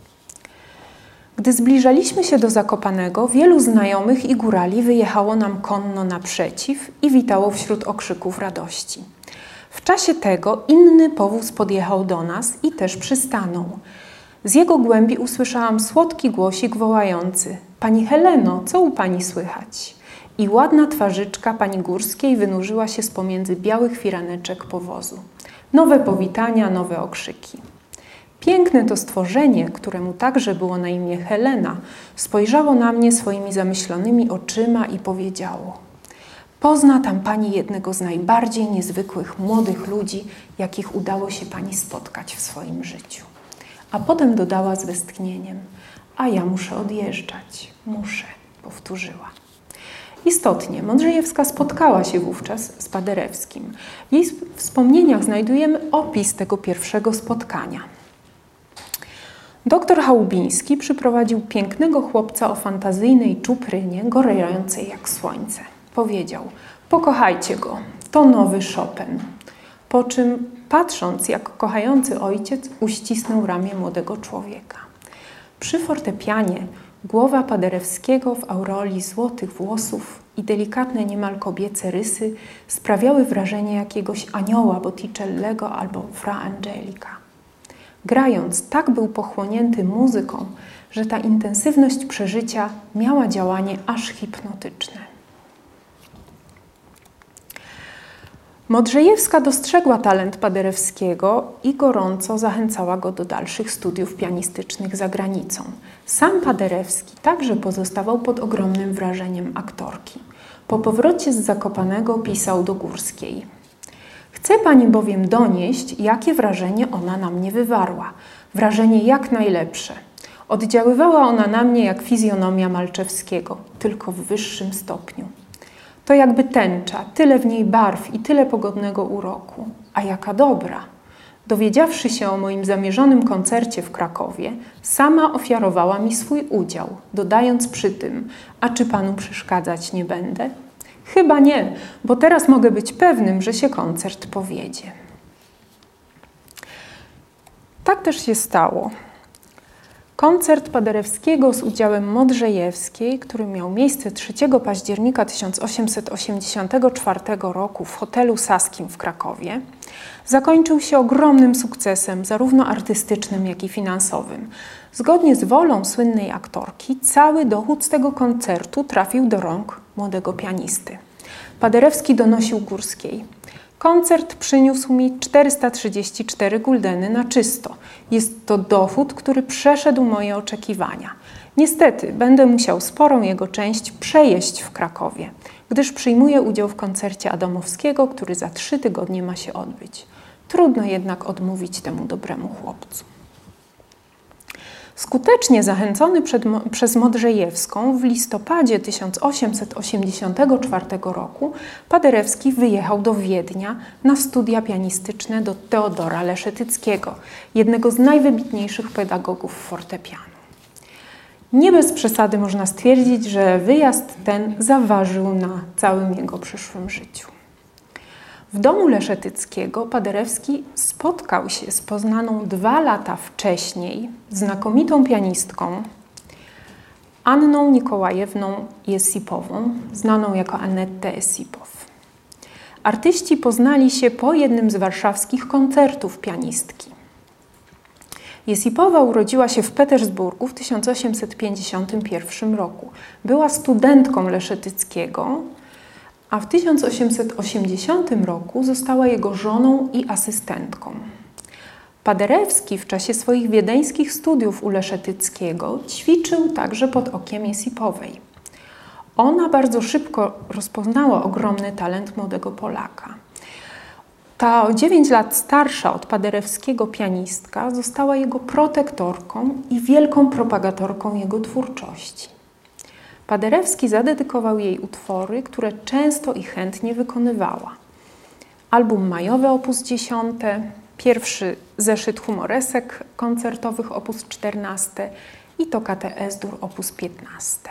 gdy zbliżaliśmy się do Zakopanego, wielu znajomych i górali wyjechało nam konno naprzeciw i witało wśród okrzyków radości. W czasie tego inny powóz podjechał do nas i też przystanął. Z jego głębi usłyszałam słodki głosik wołający: Pani Heleno, co u pani słychać? I ładna twarzyczka pani Górskiej wynurzyła się z pomiędzy białych firaneczek powozu. Nowe powitania, nowe okrzyki. Piękne to stworzenie, któremu także było na imię Helena, spojrzało na mnie swoimi zamyślonymi oczyma i powiedziało: pozna tam pani jednego z najbardziej niezwykłych młodych ludzi, jakich udało się pani spotkać w swoim życiu. A potem dodała z westchnieniem: a ja muszę odjeżdżać, muszę, powtórzyła. Istotnie, Modrzejewska spotkała się wówczas z Paderewskim. W jej wspomnieniach znajdujemy opis tego pierwszego spotkania. Doktor Chałubiński przyprowadził pięknego chłopca o fantazyjnej czuprynie, gorejącej jak słońce. Powiedział: pokochajcie go, to nowy Chopin. Po czym, patrząc jak kochający ojciec, uścisnął ramię młodego człowieka. Przy fortepianie głowa Paderewskiego w aureoli złotych włosów i delikatne niemal kobiece rysy sprawiały wrażenie jakiegoś anioła Botticellego albo Fra Angelica. Grając, tak był pochłonięty muzyką, że ta intensywność przeżycia miała działanie aż hipnotyczne. Modrzejewska dostrzegła talent Paderewskiego i gorąco zachęcała go do dalszych studiów pianistycznych za granicą. Sam Paderewski także pozostawał pod ogromnym wrażeniem aktorki. Po powrocie z Zakopanego pisał do Górskiej: chcę pani bowiem donieść, jakie wrażenie ona na mnie wywarła. Wrażenie jak najlepsze. Oddziaływała ona na mnie jak fizjonomia Malczewskiego, tylko w wyższym stopniu. To jakby tęcza, tyle w niej barw i tyle pogodnego uroku. A jaka dobra! Dowiedziawszy się o moim zamierzonym koncercie w Krakowie, sama ofiarowała mi swój udział, dodając przy tym: a czy panu przeszkadzać nie będę? Chyba nie, bo teraz mogę być pewnym, że się koncert powiedzie. Tak też się stało. Koncert Paderewskiego z udziałem Modrzejewskiej, który miał miejsce trzeciego października tysiąc osiemset osiemdziesiątego czwartego roku w hotelu Saskim w Krakowie, zakończył się ogromnym sukcesem, zarówno artystycznym, jak i finansowym. Zgodnie z wolą słynnej aktorki, cały dochód z tego koncertu trafił do rąk młodego pianisty. Paderewski donosił Górskiej: koncert przyniósł mi czterysta trzydzieści cztery guldeny na czysto. Jest to dochód, który przeszedł moje oczekiwania. Niestety będę musiał sporą jego część przejeść w Krakowie, gdyż przyjmuję udział w koncercie Adamowskiego, który za trzy tygodnie ma się odbyć. Trudno jednak odmówić temu dobremu chłopcu. Skutecznie zachęcony przed, przez Modrzejewską w listopadzie tysiąc osiemset osiemdziesiątego czwartego roku Paderewski wyjechał do Wiednia na studia pianistyczne do Teodora Leszetyckiego, jednego z najwybitniejszych pedagogów fortepianu. Nie bez przesady można stwierdzić, że wyjazd ten zaważył na całym jego przyszłym życiu. W domu Leszetyckiego Paderewski spotkał się z poznaną dwa lata wcześniej znakomitą pianistką Anną Nikołajewną Jesipową, znaną jako Annette Jesipow. Artyści poznali się po jednym z warszawskich koncertów pianistki. Jesipowa urodziła się w Petersburgu w tysiąc osiemset pięćdziesiątym pierwszym roku. Była studentką Leszetyckiego, a w tysiąc osiemset osiemdziesiątym roku została jego żoną i asystentką. Paderewski w czasie swoich wiedeńskich studiów u Leszetyckiego ćwiczył także pod okiem Jesipowej. Ona bardzo szybko rozpoznała ogromny talent młodego Polaka. Ta o dziewięć lat starsza od Paderewskiego pianistka została jego protektorką i wielką propagatorką jego twórczości. Paderewski zadedykował jej utwory, które często i chętnie wykonywała. Album majowy op. dziesięć, pierwszy zeszyt humoresek koncertowych op. czternaście i Toccate S-dur op. piętnaście.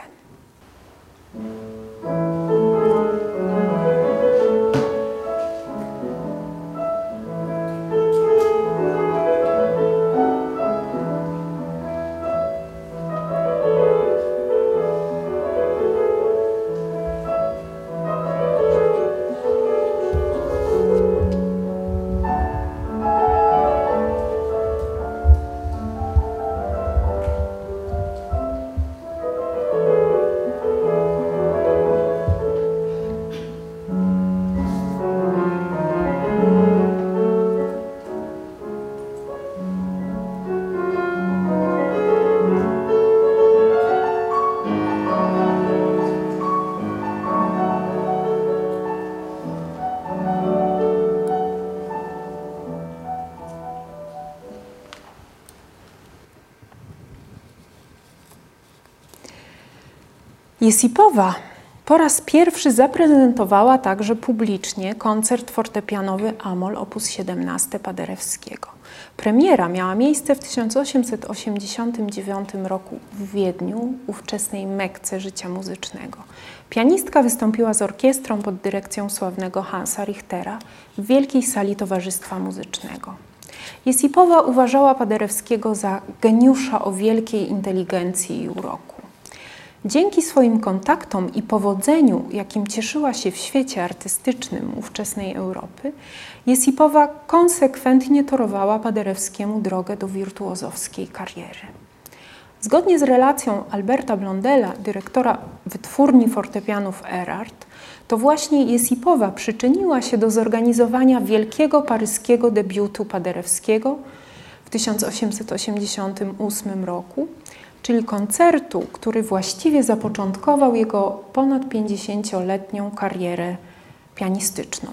Jesipowa po raz pierwszy zaprezentowała także publicznie koncert fortepianowy Amol op. siedemnaście Paderewskiego. Premiera miała miejsce w tysiąc osiemset osiemdziesiątym dziewiątym roku w Wiedniu, ówczesnej Mekce życia muzycznego. Pianistka wystąpiła z orkiestrą pod dyrekcją sławnego Hansa Richtera w Wielkiej Sali Towarzystwa Muzycznego. Jesipowa uważała Paderewskiego za geniusza o wielkiej inteligencji i uroku. Dzięki swoim kontaktom i powodzeniu, jakim cieszyła się w świecie artystycznym ówczesnej Europy, Jesipowa konsekwentnie torowała Paderewskiemu drogę do wirtuozowskiej kariery. Zgodnie z relacją Alberta Blondela, dyrektora wytwórni fortepianów Erard, to właśnie Jesipowa przyczyniła się do zorganizowania wielkiego paryskiego debiutu Paderewskiego w tysiąc osiemset osiemdziesiątym ósmym roku, czyli koncertu, który właściwie zapoczątkował jego ponad pięćdziesięcioletnią karierę pianistyczną.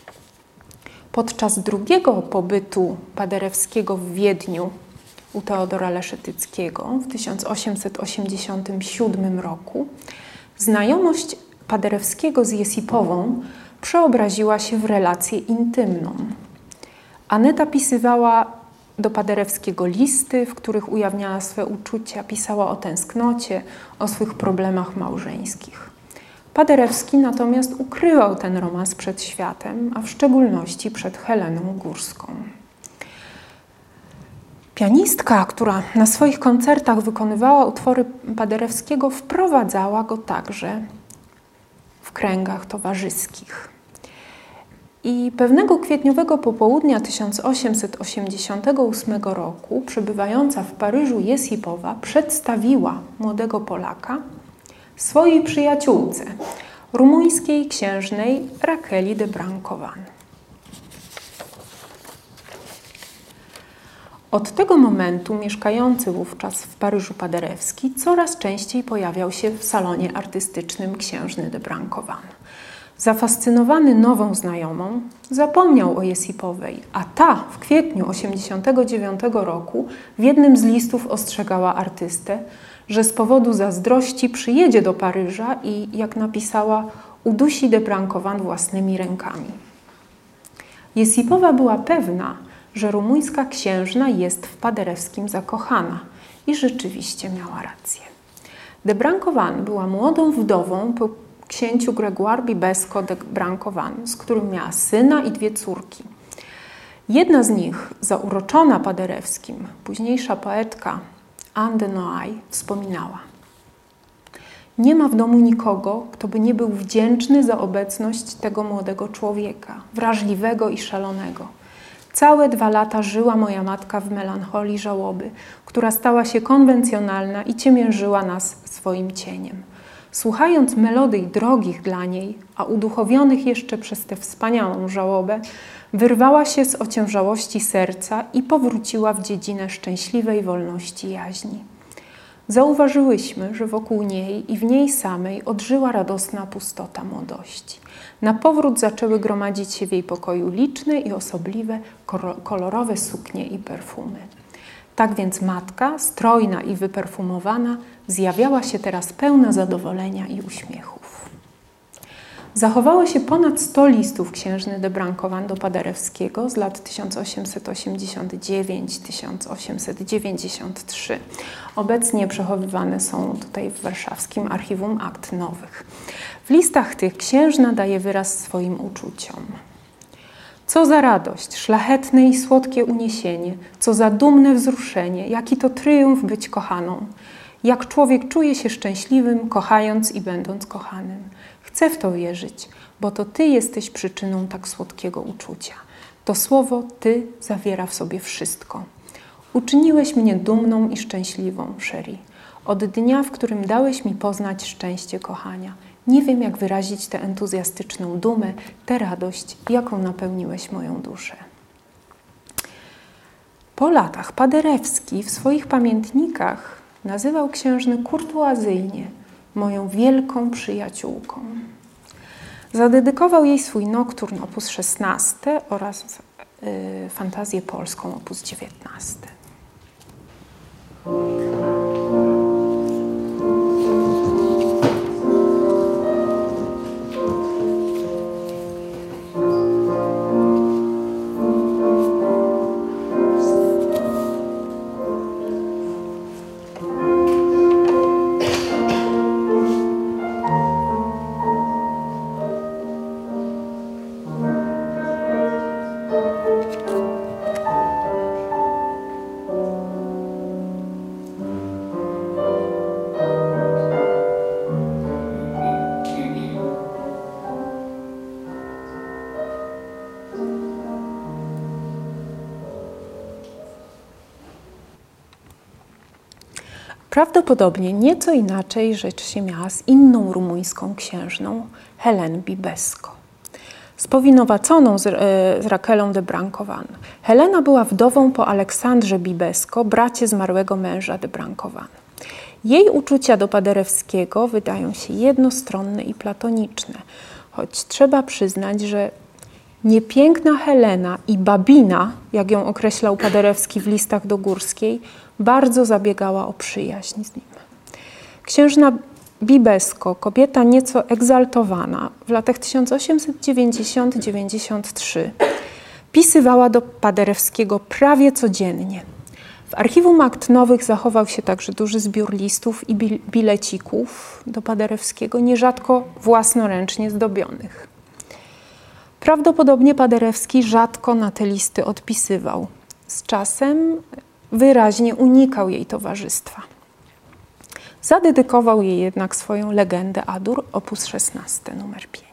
Podczas drugiego pobytu Paderewskiego w Wiedniu u Teodora Leszetyckiego w tysiąc osiemset osiemdziesiątym siódmym roku znajomość Paderewskiego z Jesipową przeobraziła się w relację intymną. Aneta pisywała do Paderewskiego listy, w których ujawniała swe uczucia, pisała o tęsknocie, o swych problemach małżeńskich. Paderewski natomiast ukrywał ten romans przed światem, a w szczególności przed Heleną Górską. Pianistka, która na swoich koncertach wykonywała utwory Paderewskiego, wprowadzała go także w kręgach towarzyskich. I pewnego kwietniowego popołudnia tysiąc osiemset osiemdziesiątego ósmego roku, przebywająca w Paryżu Jesipowa przedstawiła młodego Polaka swojej przyjaciółce, rumuńskiej księżnej Rakeli de Brancovan. Od tego momentu mieszkający wówczas w Paryżu Paderewski coraz częściej pojawiał się w salonie artystycznym księżny de Brancovan. Zafascynowany nową znajomą, zapomniał o Jesipowej, a ta w kwietniu tysiąc osiemset osiemdziesiątego dziewiątego roku w jednym z listów ostrzegała artystę, że z powodu zazdrości przyjedzie do Paryża i, jak napisała, udusi de Brancovan własnymi rękami. Jesipowa była pewna, że rumuńska księżna jest w Paderewskim zakochana i rzeczywiście miała rację. De Brancovan była młodą wdową po księciu Grégoire Bibesco de Brancovan, z którym miała syna i dwie córki. Jedna z nich, zauroczona Paderewskim, późniejsza poetka Anne de Noailles, wspominała: nie ma w domu nikogo, kto by nie był wdzięczny za obecność tego młodego człowieka, wrażliwego i szalonego. Całe dwa lata żyła moja matka w melancholii żałoby, która stała się konwencjonalna i ciemiężyła nas swoim cieniem. Słuchając melodii drogich dla niej, a uduchowionych jeszcze przez tę wspaniałą żałobę, wyrwała się z ociężałości serca i powróciła w dziedzinę szczęśliwej wolności jaźni. Zauważyłyśmy, że wokół niej i w niej samej odżyła radosna pustota młodości. Na powrót zaczęły gromadzić się w jej pokoju liczne i osobliwe, kolorowe suknie i perfumy. Tak więc matka, strojna i wyperfumowana, zjawiała się teraz pełna zadowolenia i uśmiechów. Zachowało się ponad sto listów księżny de Brancovan do Paderewskiego z lat tysiąc osiemset osiemdziesiąt dziewięć do tysiąc osiemset dziewięćdziesiąt trzy. Obecnie przechowywane są tutaj w warszawskim Archiwum Akt Nowych. W listach tych księżna daje wyraz swoim uczuciom. Co za radość, szlachetne i słodkie uniesienie, co za dumne wzruszenie, jaki to triumf być kochaną. Jak człowiek czuje się szczęśliwym, kochając i będąc kochanym. Chcę w to wierzyć, bo to Ty jesteś przyczyną tak słodkiego uczucia. To słowo Ty zawiera w sobie wszystko. Uczyniłeś mnie dumną i szczęśliwą, Sherry. Od dnia, w którym dałeś mi poznać szczęście kochania. Nie wiem, jak wyrazić tę entuzjastyczną dumę, tę radość, jaką napełniłeś moją duszę. Po latach Paderewski w swoich pamiętnikach nazywał księżnę kurtuazyjnie moją wielką przyjaciółką. Zadedykował jej swój nokturn op. szesnaście oraz y, fantazję polską op. dziewiętnaście. Prawdopodobnie nieco inaczej rzecz się miała z inną rumuńską księżną, Helen Bibesco, spowinowaconą z, z Rakelą de Brancovan. Helena była wdową po Aleksandrze Bibesco, bracie zmarłego męża de Brancovan. Jej uczucia do Paderewskiego wydają się jednostronne i platoniczne, choć trzeba przyznać, że niepiękna Helena i babina, jak ją określał Paderewski w listach do Górskiej, bardzo zabiegała o przyjaźń z nim. Księżna Bibesko, kobieta nieco egzaltowana, w latach tysiąc osiemset dziewięćdziesiąt do dziewięćdziesiątego trzeciego pisywała do Paderewskiego prawie codziennie. W archiwum akt nowych zachował się także duży zbiór listów i bilecików do Paderewskiego, nierzadko własnoręcznie zdobionych. Prawdopodobnie Paderewski rzadko na te listy odpisywał. Z czasem wyraźnie unikał jej towarzystwa. Zadedykował jej jednak swoją legendę Adur, opus szesnaście, numer pięć.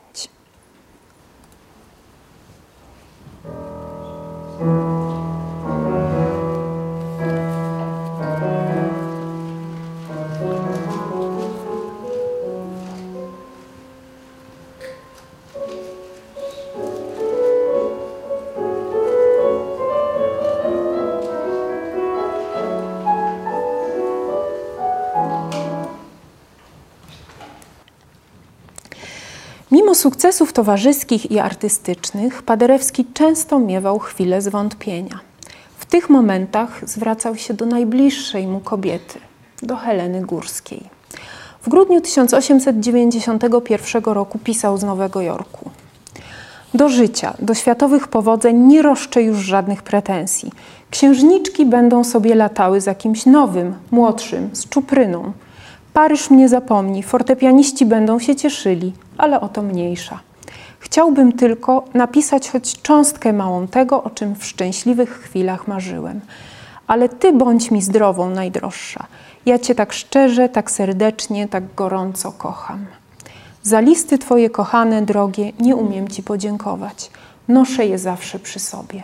Mimo sukcesów towarzyskich i artystycznych, Paderewski często miewał chwile zwątpienia. W tych momentach zwracał się do najbliższej mu kobiety, do Heleny Górskiej. W grudniu tysiąc osiemset dziewięćdziesiątego pierwszego roku pisał z Nowego Jorku. Do życia, do światowych powodzeń nie roszczę już żadnych pretensji. Księżniczki będą sobie latały za kimś nowym, młodszym, z czupryną. Paryż mnie zapomni, fortepianiści będą się cieszyli, ale o to mniejsza. Chciałbym tylko napisać choć cząstkę małą tego, o czym w szczęśliwych chwilach marzyłem. Ale ty bądź mi zdrową, najdroższa. Ja cię tak szczerze, tak serdecznie, tak gorąco kocham. Za listy twoje kochane, drogie, nie umiem ci podziękować. Noszę je zawsze przy sobie.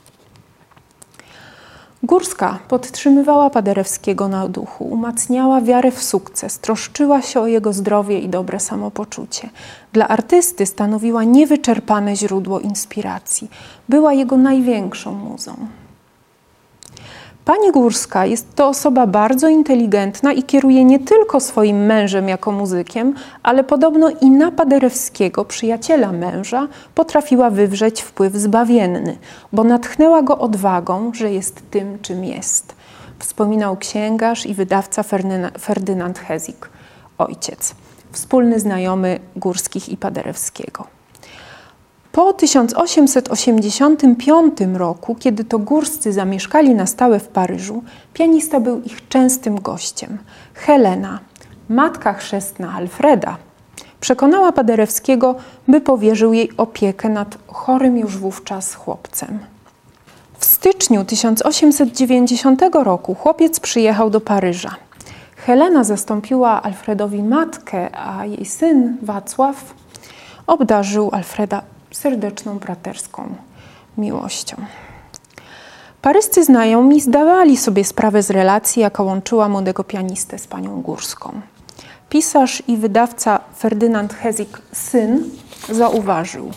Górska podtrzymywała Paderewskiego na duchu, umacniała wiarę w sukces, troszczyła się o jego zdrowie i dobre samopoczucie. Dla artysty stanowiła niewyczerpane źródło inspiracji. Była jego największą muzą. Pani Górska jest to osoba bardzo inteligentna i kieruje nie tylko swoim mężem jako muzykiem, ale podobno i na Paderewskiego, przyjaciela męża, potrafiła wywrzeć wpływ zbawienny, bo natchnęła go odwagą, że jest tym, czym jest. Wspominał księgarz i wydawca Ferdynand Hezik, ojciec, wspólny znajomy Górskich i Paderewskiego. Po tysiąc osiemset osiemdziesiątym piątym roku, kiedy to Górscy zamieszkali na stałe w Paryżu, pianista był ich częstym gościem. Helena, matka chrzestna Alfreda, przekonała Paderewskiego, by powierzył jej opiekę nad chorym już wówczas chłopcem. W styczniu tysiąc osiemset dziewięćdziesiątego roku chłopiec przyjechał do Paryża. Helena zastąpiła Alfredowi matkę, a jej syn Wacław obdarzył Alfreda serdeczną, braterską miłością. Paryscy znajomi zdawali sobie sprawę z relacji, jaka łączyła młodego pianistę z panią Górską. Pisarz i wydawca Ferdynand Hezik, syn, zauważył: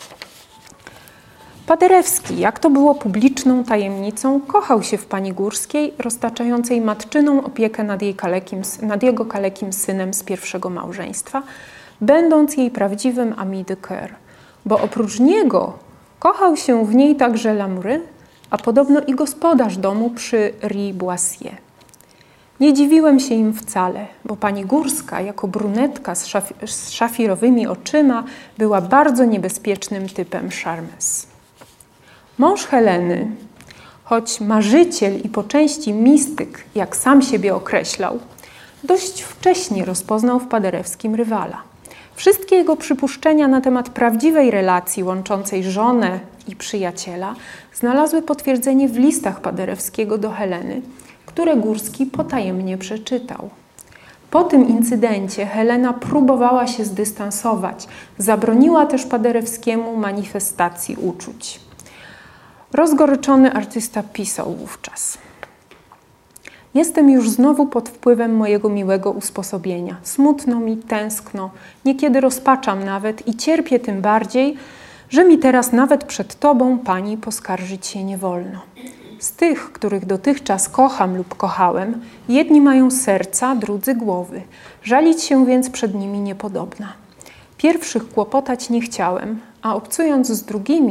Paderewski, jak to było publiczną tajemnicą, kochał się w pani Górskiej, roztaczającej matczyną opiekę nad, jej kalekim, nad jego kalekim synem z pierwszego małżeństwa, będąc jej prawdziwym ami de cœur, bo oprócz niego kochał się w niej także Lamoury, a podobno i gospodarz domu przy Rue Boissier. Nie dziwiłem się im wcale, bo pani Górska, jako brunetka z, szaf z szafirowymi oczyma, była bardzo niebezpiecznym typem charmeuse. Mąż Heleny, choć marzyciel i po części mistyk, jak sam siebie określał, dość wcześnie rozpoznał w Paderewskim rywala. Wszystkie jego przypuszczenia na temat prawdziwej relacji łączącej żonę i przyjaciela znalazły potwierdzenie w listach Paderewskiego do Heleny, które Górski potajemnie przeczytał. Po tym incydencie Helena próbowała się zdystansować, zabroniła też Paderewskiemu manifestacji uczuć. Rozgoryczony artysta pisał wówczas: Jestem już znowu pod wpływem mojego miłego usposobienia. Smutno mi, tęskno, niekiedy rozpaczam nawet i cierpię tym bardziej, że mi teraz nawet przed tobą, pani, poskarżyć się nie wolno. Z tych, których dotychczas kocham lub kochałem, jedni mają serca, drudzy głowy. Żalić się więc przed nimi niepodobna. Pierwszych kłopotać nie chciałem, a obcując z drugimi,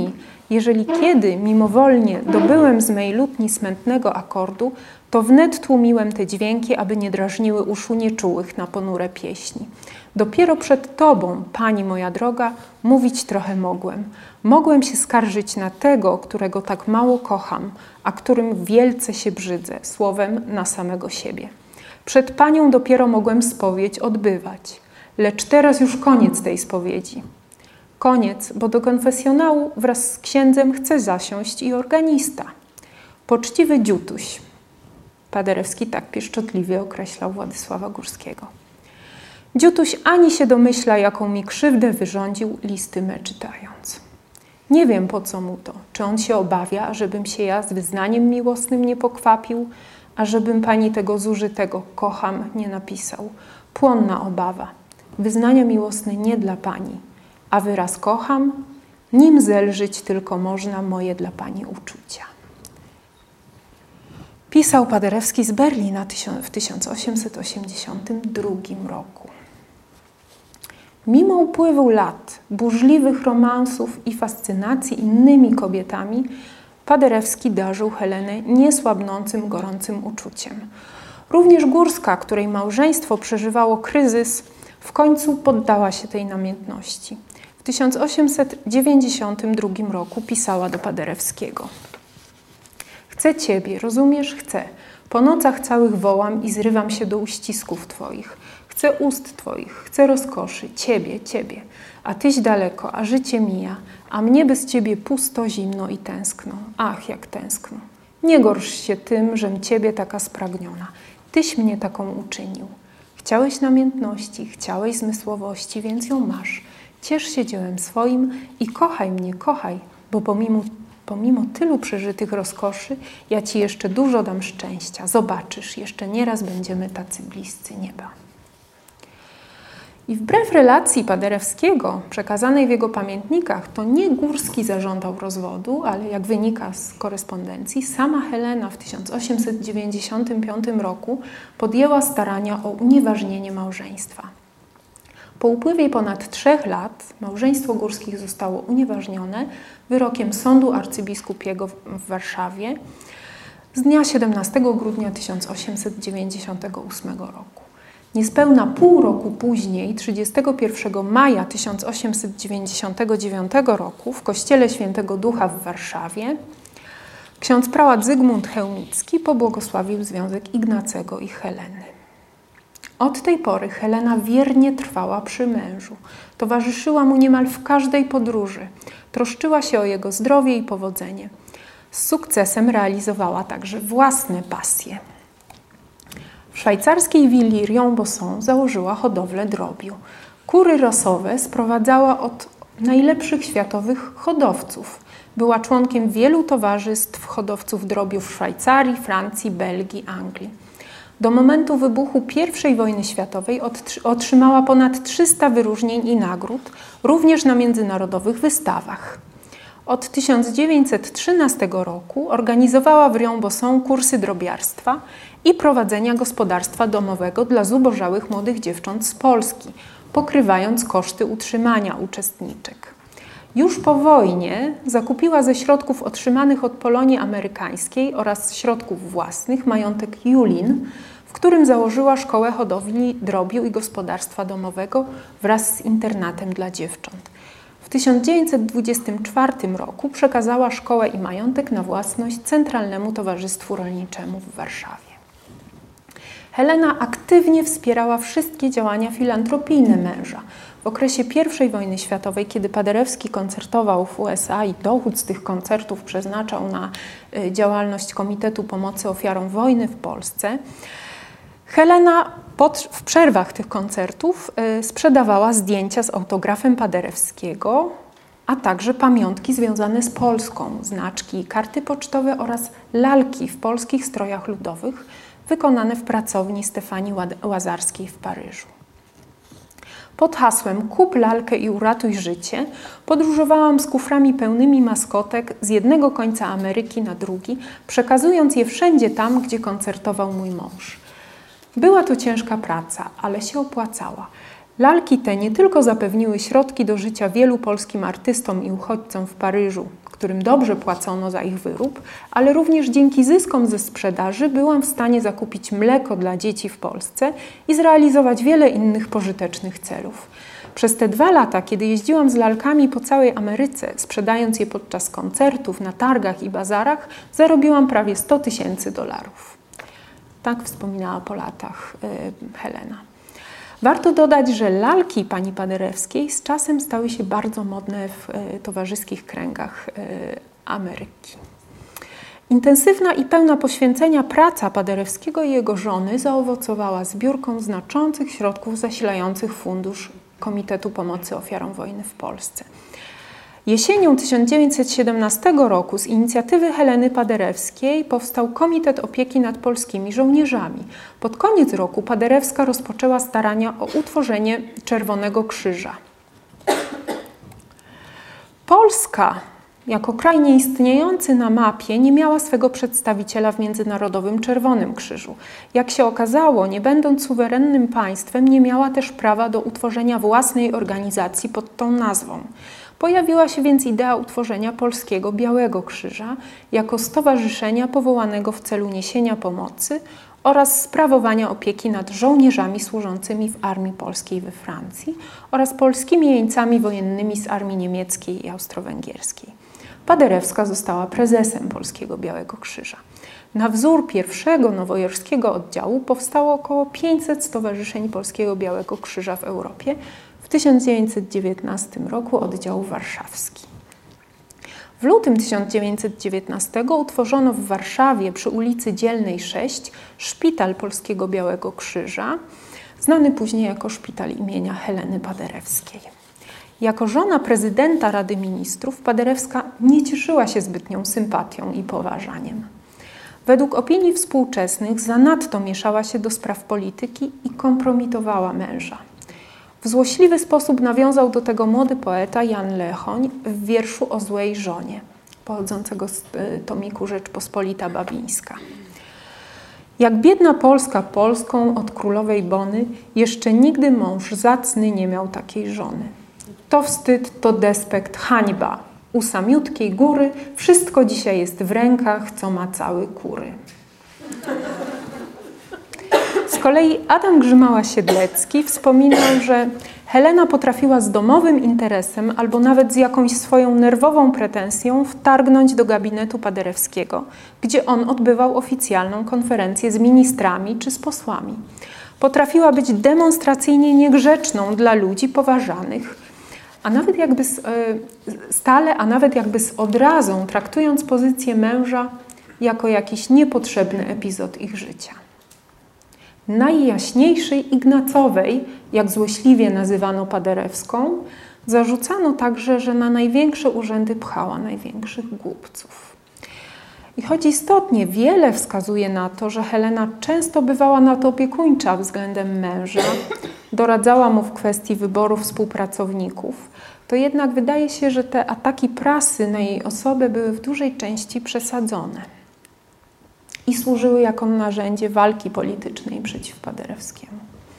Jeżeli kiedy mimowolnie dobyłem z mej lutni smętnego akordu, to wnet tłumiłem te dźwięki, aby nie drażniły uszu nieczułych na ponure pieśni. Dopiero przed Tobą, Pani moja droga, mówić trochę mogłem. Mogłem się skarżyć na tego, którego tak mało kocham, a którym wielce się brzydzę, słowem na samego siebie. Przed Panią dopiero mogłem spowiedź odbywać, lecz teraz już koniec tej spowiedzi. Koniec, bo do konfesjonału wraz z księdzem chce zasiąść i organista. Poczciwy dziutuś. Paderewski tak pieszczotliwie określał Władysława Górskiego. Dziutuś ani się domyśla, jaką mi krzywdę wyrządził, listy me czytając. Nie wiem, po co mu to. Czy on się obawia, żebym się ja z wyznaniem miłosnym nie pokwapił, a żebym pani tego zużytego kocham nie napisał. Płonna obawa. Wyznania miłosne nie dla pani, a wyraz kocham, nim zelżyć tylko można moje dla pani uczucia. Pisał Paderewski z Berlina w tysiąc osiemset osiemdziesiątym drugim roku. Mimo upływu lat, burzliwych romansów i fascynacji innymi kobietami, Paderewski darzył Helenę niesłabnącym, gorącym uczuciem. Również Górska, której małżeństwo przeżywało kryzys, w końcu poddała się tej namiętności. W tysiąc osiemset dziewięćdziesiątym drugim roku pisała do Paderewskiego. Chcę Ciebie, rozumiesz? Chcę. Po nocach całych wołam i zrywam się do uścisków Twoich. Chcę ust Twoich, chcę rozkoszy, Ciebie, Ciebie. A Tyś daleko, a życie mija, a mnie bez Ciebie pusto, zimno i tęskno. Ach, jak tęskno. Nie gorsz się tym, żem Ciebie taka spragniona. Tyś mnie taką uczynił. Chciałeś namiętności, chciałeś zmysłowości, więc ją masz. Ciesz się dziełem swoim i kochaj mnie, kochaj, bo pomimo, pomimo tylu przeżytych rozkoszy, ja Ci jeszcze dużo dam szczęścia. Zobaczysz, jeszcze nieraz będziemy tacy bliscy nieba. I wbrew relacji Paderewskiego, przekazanej w jego pamiętnikach, to nie Górski zażądał rozwodu, ale jak wynika z korespondencji, sama Helena w tysiąc osiemset dziewięćdziesiątym piątym roku podjęła starania o unieważnienie małżeństwa. Po upływie ponad trzech lat małżeństwo Górskich zostało unieważnione wyrokiem Sądu Arcybiskupiego w Warszawie z dnia siedemnastego grudnia tysiąc osiemset dziewięćdziesiątego ósmego roku. Niespełna pół roku później, trzydziestego pierwszego maja tysiąc osiemset dziewięćdziesiątego dziewiątego roku w kościele Świętego Ducha w Warszawie ksiądz prałat Zygmunt Chełmicki pobłogosławił związek Ignacego i Heleny. Od tej pory Helena wiernie trwała przy mężu. Towarzyszyła mu niemal w każdej podróży. Troszczyła się o jego zdrowie i powodzenie. Z sukcesem realizowała także własne pasje. W szwajcarskiej willi Riom-Bosson założyła hodowlę drobiu. Kury rasowe sprowadzała od najlepszych światowych hodowców. Była członkiem wielu towarzystw hodowców drobiu w Szwajcarii, Francji, Belgii, Anglii. Do momentu wybuchu pierwszej wojny światowej otrzymała ponad trzysta wyróżnień i nagród, również na międzynarodowych wystawach. Od tysiąc dziewięćset trzynastego roku organizowała w Riom-Bosson kursy drobiarstwa i prowadzenia gospodarstwa domowego dla zubożałych młodych dziewcząt z Polski, pokrywając koszty utrzymania uczestniczek. Już po wojnie zakupiła ze środków otrzymanych od Polonii amerykańskiej oraz środków własnych majątek Julin, w którym założyła szkołę hodowli drobiu i gospodarstwa domowego wraz z internatem dla dziewcząt. W tysiąc dziewięćset dwudziestym czwartym roku przekazała szkołę i majątek na własność Centralnemu Towarzystwu Rolniczemu w Warszawie. Helena aktywnie wspierała wszystkie działania filantropijne męża. W okresie pierwszej wojny światowej, kiedy Paderewski koncertował w U S A i dochód z tych koncertów przeznaczał na działalność Komitetu Pomocy Ofiarom Wojny w Polsce, Helena pod, w przerwach tych koncertów y, sprzedawała zdjęcia z autografem Paderewskiego, a także pamiątki związane z Polską, znaczki, karty pocztowe oraz lalki w polskich strojach ludowych wykonane w pracowni Stefanii Łazarskiej w Paryżu. Pod hasłem „Kup lalkę i uratuj życie” podróżowałam z kuframi pełnymi maskotek z jednego końca Ameryki na drugi, przekazując je wszędzie tam, gdzie koncertował mój mąż. Była to ciężka praca, ale się opłacała. Lalki te nie tylko zapewniły środki do życia wielu polskim artystom i uchodźcom w Paryżu, którym dobrze płacono za ich wyrób, ale również dzięki zyskom ze sprzedaży byłam w stanie zakupić mleko dla dzieci w Polsce i zrealizować wiele innych pożytecznych celów. Przez te dwa lata, kiedy jeździłam z lalkami po całej Ameryce, sprzedając je podczas koncertów, na targach i bazarach, zarobiłam prawie sto tysięcy dolarów. Tak wspominała po latach yy, Helena. Warto dodać, że lalki pani Paderewskiej z czasem stały się bardzo modne w y, towarzyskich kręgach y, Ameryki. Intensywna i pełna poświęcenia praca Paderewskiego i jego żony zaowocowała zbiórką znaczących środków zasilających fundusz Komitetu Pomocy Ofiarom Wojny w Polsce. Jesienią tysiąc dziewięćset siedemnastego roku z inicjatywy Heleny Paderewskiej powstał Komitet Opieki nad Polskimi Żołnierzami. Pod koniec roku Paderewska rozpoczęła starania o utworzenie Czerwonego Krzyża. Polska, jako kraj nieistniejący na mapie, nie miała swego przedstawiciela w Międzynarodowym Czerwonym Krzyżu. Jak się okazało, nie będąc suwerennym państwem, nie miała też prawa do utworzenia własnej organizacji pod tą nazwą. Pojawiła się więc idea utworzenia Polskiego Białego Krzyża jako stowarzyszenia powołanego w celu niesienia pomocy oraz sprawowania opieki nad żołnierzami służącymi w Armii Polskiej we Francji oraz polskimi jeńcami wojennymi z Armii Niemieckiej i Austro-Węgierskiej. Paderewska została prezesem Polskiego Białego Krzyża. Na wzór pierwszego nowojorskiego oddziału powstało około pięćset stowarzyszeń Polskiego Białego Krzyża w Europie, w tysiąc dziewięćset dziewiętnastym roku oddział warszawski. W lutym tysiąc dziewięćset dziewiętnastego utworzono w Warszawie przy ulicy Dzielnej sześć szpital Polskiego Białego Krzyża, znany później jako szpital imienia Heleny Paderewskiej. Jako żona prezydenta Rady Ministrów Paderewska nie cieszyła się zbytnią sympatią i poważaniem. Według opinii współczesnych zanadto mieszała się do spraw polityki i kompromitowała męża. W złośliwy sposób nawiązał do tego młody poeta Jan Lechoń w wierszu o złej żonie, pochodzącego z tomiku Rzeczpospolita Babińska. Jak biedna Polska Polską od królowej Bony, jeszcze nigdy mąż zacny nie miał takiej żony. To wstyd, to despekt, hańba. U samiutkiej góry wszystko dzisiaj jest w rękach, co ma cały kury. Z kolei Adam Grzymała-Siedlecki wspominał, że Helena potrafiła z domowym interesem albo nawet z jakąś swoją nerwową pretensją wtargnąć do gabinetu Paderewskiego, gdzie on odbywał oficjalną konferencję z ministrami czy z posłami. Potrafiła być demonstracyjnie niegrzeczną dla ludzi poważanych, a nawet jakby z, stale, a nawet jakby z odrazą, traktując pozycję męża jako jakiś niepotrzebny epizod ich życia. Najjaśniejszej Ignacowej, jak złośliwie nazywano Paderewską, zarzucano także, że na największe urzędy pchała największych głupców. I choć istotnie wiele wskazuje na to, że Helena często bywała nadopiekuńcza względem męża, doradzała mu w kwestii wyboru współpracowników, to jednak wydaje się, że te ataki prasy na jej osobę były w dużej części przesadzone i służyły jako narzędzie walki politycznej przeciw Paderewskiemu.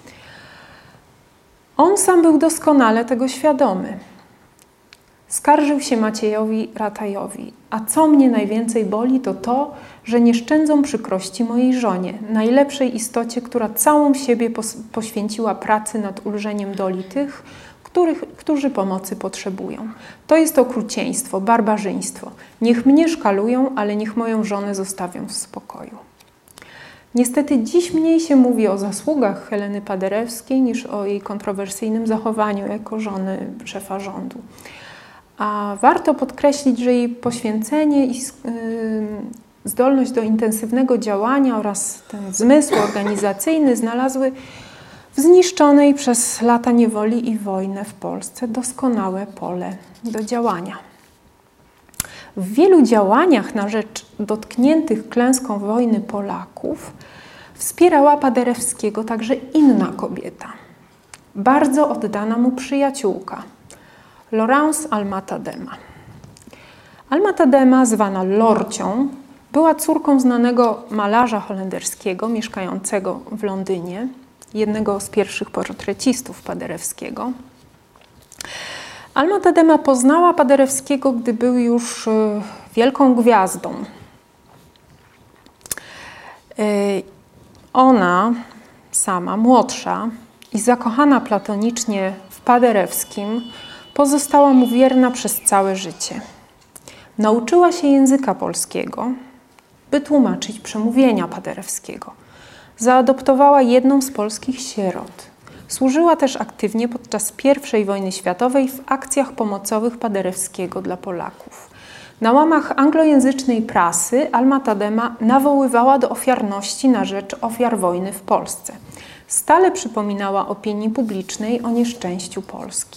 On sam był doskonale tego świadomy. Skarżył się Maciejowi Ratajowi, a co mnie najwięcej boli, to to, że nie szczędzą przykrości mojej żonie, najlepszej istocie, która całą siebie poświęciła pracy nad ulżeniem doli tych, których, którzy pomocy potrzebują. To jest okrucieństwo, barbarzyństwo. Niech mnie szkalują, ale niech moją żonę zostawią w spokoju. Niestety dziś mniej się mówi o zasługach Heleny Paderewskiej niż o jej kontrowersyjnym zachowaniu jako żony szefa rządu. A warto podkreślić, że jej poświęcenie i zdolność do intensywnego działania oraz ten zmysł organizacyjny znalazły w zniszczonej przez lata niewoli i wojnę w Polsce doskonałe pole do działania. W wielu działaniach na rzecz dotkniętych klęską wojny Polaków wspierała Paderewskiego także inna kobieta, bardzo oddana mu przyjaciółka, Laurence Alma-Tadema. Alma-Tadema, zwana Lorcią, była córką znanego malarza holenderskiego mieszkającego w Londynie, jednego z pierwszych portrecistów Paderewskiego. Alma Tadema poznała Paderewskiego, gdy był już wielką gwiazdą. Ona sama, młodsza i zakochana platonicznie w Paderewskim, pozostała mu wierna przez całe życie. Nauczyła się języka polskiego, by tłumaczyć przemówienia Paderewskiego. Zaadoptowała jedną z polskich sierot. Służyła też aktywnie podczas pierwszej wojny światowej w akcjach pomocowych Paderewskiego dla Polaków. Na łamach anglojęzycznej prasy Alma Tadema nawoływała do ofiarności na rzecz ofiar wojny w Polsce. Stale przypominała opinii publicznej o nieszczęściu Polski.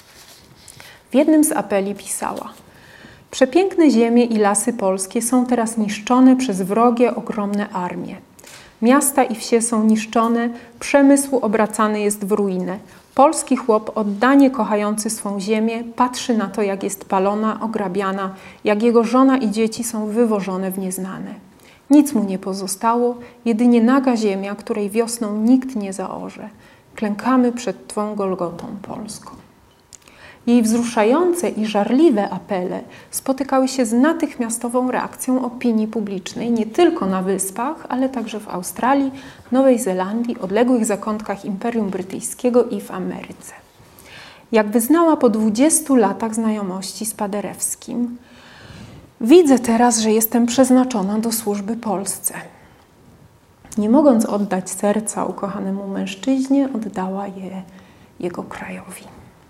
W jednym z apeli pisała: przepiękne ziemie i lasy polskie są teraz niszczone przez wrogie, ogromne armie. Miasta i wsie są niszczone, przemysł obracany jest w ruinę. Polski chłop, oddanie kochający swą ziemię, patrzy na to, jak jest palona, ograbiana, jak jego żona i dzieci są wywożone w nieznane. Nic mu nie pozostało, jedynie naga ziemia, której wiosną nikt nie zaorze. Klękamy przed Twą Golgotą polską. Jej wzruszające i żarliwe apele spotykały się z natychmiastową reakcją opinii publicznej nie tylko na Wyspach, ale także w Australii, Nowej Zelandii, odległych zakątkach Imperium Brytyjskiego i w Ameryce. Jak wyznała po dwudziestu latach znajomości z Paderewskim: widzę teraz, że jestem przeznaczona do służby Polsce. Nie mogąc oddać serca ukochanemu mężczyźnie, oddała je jego krajowi.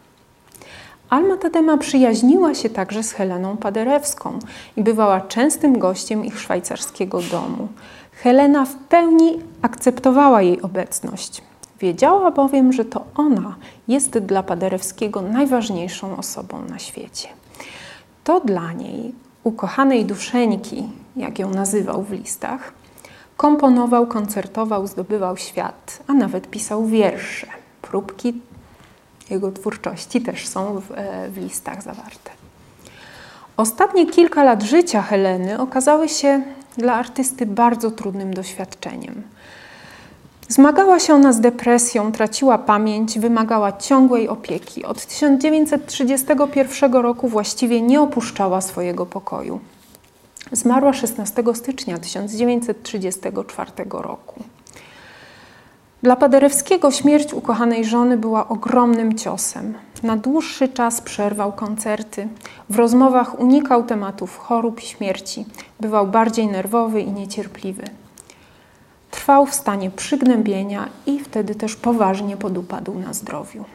Alma Tadema przyjaźniła się także z Heleną Paderewską i bywała częstym gościem ich szwajcarskiego domu. Helena w pełni akceptowała jej obecność. Wiedziała bowiem, że to ona jest dla Paderewskiego najważniejszą osobą na świecie. To dla niej, ukochanej duszeńki, jak ją nazywał w listach, komponował, koncertował, zdobywał świat, a nawet pisał wiersze. Próbki jego twórczości też są w, w listach zawarte. Ostatnie kilka lat życia Heleny okazały się dla artysty bardzo trudnym doświadczeniem. Zmagała się ona z depresją, traciła pamięć, wymagała ciągłej opieki. Od tysiąc dziewięćset trzydziestego pierwszego roku właściwie nie opuszczała swojego pokoju. Zmarła szesnastego stycznia tysiąc dziewięćset trzydziestego czwartego roku. Dla Paderewskiego śmierć ukochanej żony była ogromnym ciosem. Na dłuższy czas przerwał koncerty. W rozmowach unikał tematów chorób i śmierci. Bywał bardziej nerwowy i niecierpliwy. Trwał w stanie przygnębienia i wtedy też poważnie podupadł na zdrowiu.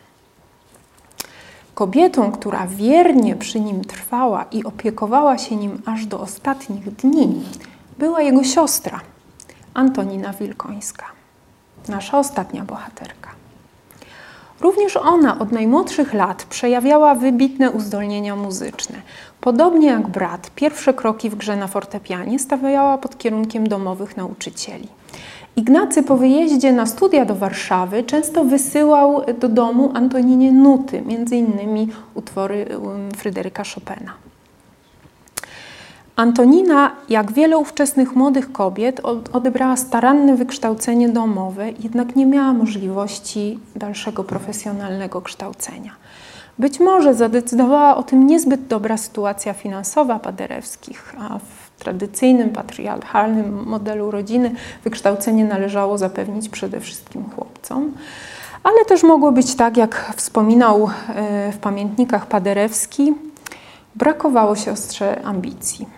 Kobietą, która wiernie przy nim trwała i opiekowała się nim aż do ostatnich dni, była jego siostra, Antonina Wilkońska. Nasza ostatnia bohaterka. Również ona od najmłodszych lat przejawiała wybitne uzdolnienia muzyczne. Podobnie jak brat, pierwsze kroki w grze na fortepianie stawiała pod kierunkiem domowych nauczycieli. Ignacy po wyjeździe na studia do Warszawy często wysyłał do domu Antoninie nuty, między innymi utwory Fryderyka Chopina. Antonina, jak wiele ówczesnych młodych kobiet, odebrała staranne wykształcenie domowe, jednak nie miała możliwości dalszego profesjonalnego kształcenia. Być może zadecydowała o tym niezbyt dobra sytuacja finansowa Paderewskich, a w tradycyjnym, patriarchalnym modelu rodziny wykształcenie należało zapewnić przede wszystkim chłopcom. Ale też mogło być tak, jak wspominał w pamiętnikach Paderewski, brakowało siostrze ambicji.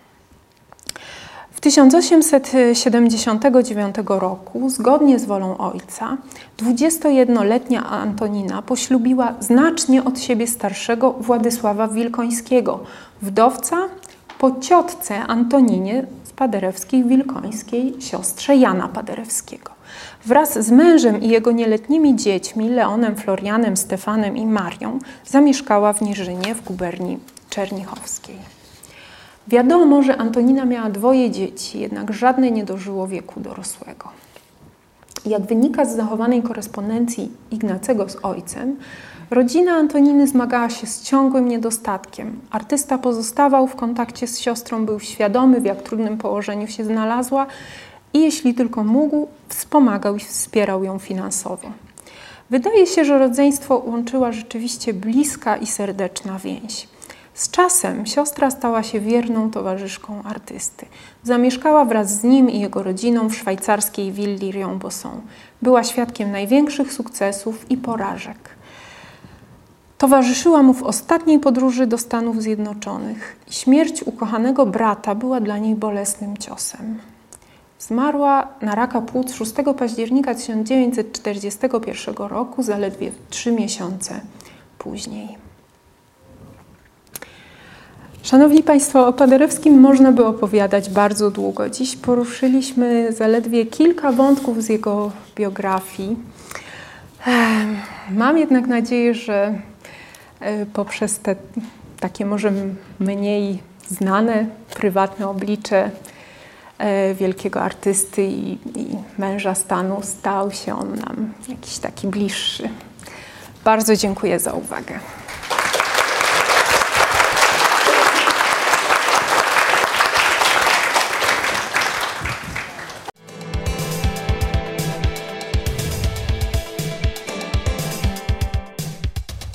W tysiąc osiemset siedemdziesiątego dziewiątego roku, zgodnie z wolą ojca, dwudziestojednoletnia Antonina poślubiła znacznie od siebie starszego Władysława Wilkońskiego, wdowca po ciotce Antoninie z Paderewskich Wilkońskiej, siostrze Jana Paderewskiego. Wraz z mężem i jego nieletnimi dziećmi, Leonem, Florianem, Stefanem i Marią, zamieszkała w Niżynie w guberni czernichowskiej. Wiadomo, że Antonina miała dwoje dzieci, jednak żadne nie dożyło wieku dorosłego. Jak wynika z zachowanej korespondencji Ignacego z ojcem, rodzina Antoniny zmagała się z ciągłym niedostatkiem. Artysta pozostawał w kontakcie z siostrą, był świadomy, w jak trudnym położeniu się znalazła i jeśli tylko mógł, wspomagał i wspierał ją finansowo. Wydaje się, że rodzeństwo łączyła rzeczywiście bliska i serdeczna więź. Z czasem siostra stała się wierną towarzyszką artysty. Zamieszkała wraz z nim i jego rodziną w szwajcarskiej willi Riom-Bosson. Była świadkiem największych sukcesów i porażek. Towarzyszyła mu w ostatniej podróży do Stanów Zjednoczonych. Śmierć ukochanego brata była dla niej bolesnym ciosem. Zmarła na raka płuc szóstego października tysiąc dziewięćset czterdziestego pierwszego roku, zaledwie trzy miesiące później. Szanowni Państwo, o Paderewskim można by opowiadać bardzo długo. Dziś poruszyliśmy zaledwie kilka wątków z jego biografii. Mam jednak nadzieję, że poprzez te takie może mniej znane, prywatne oblicze wielkiego artysty i, i męża stanu stał się on nam jakiś taki bliższy. Bardzo dziękuję za uwagę.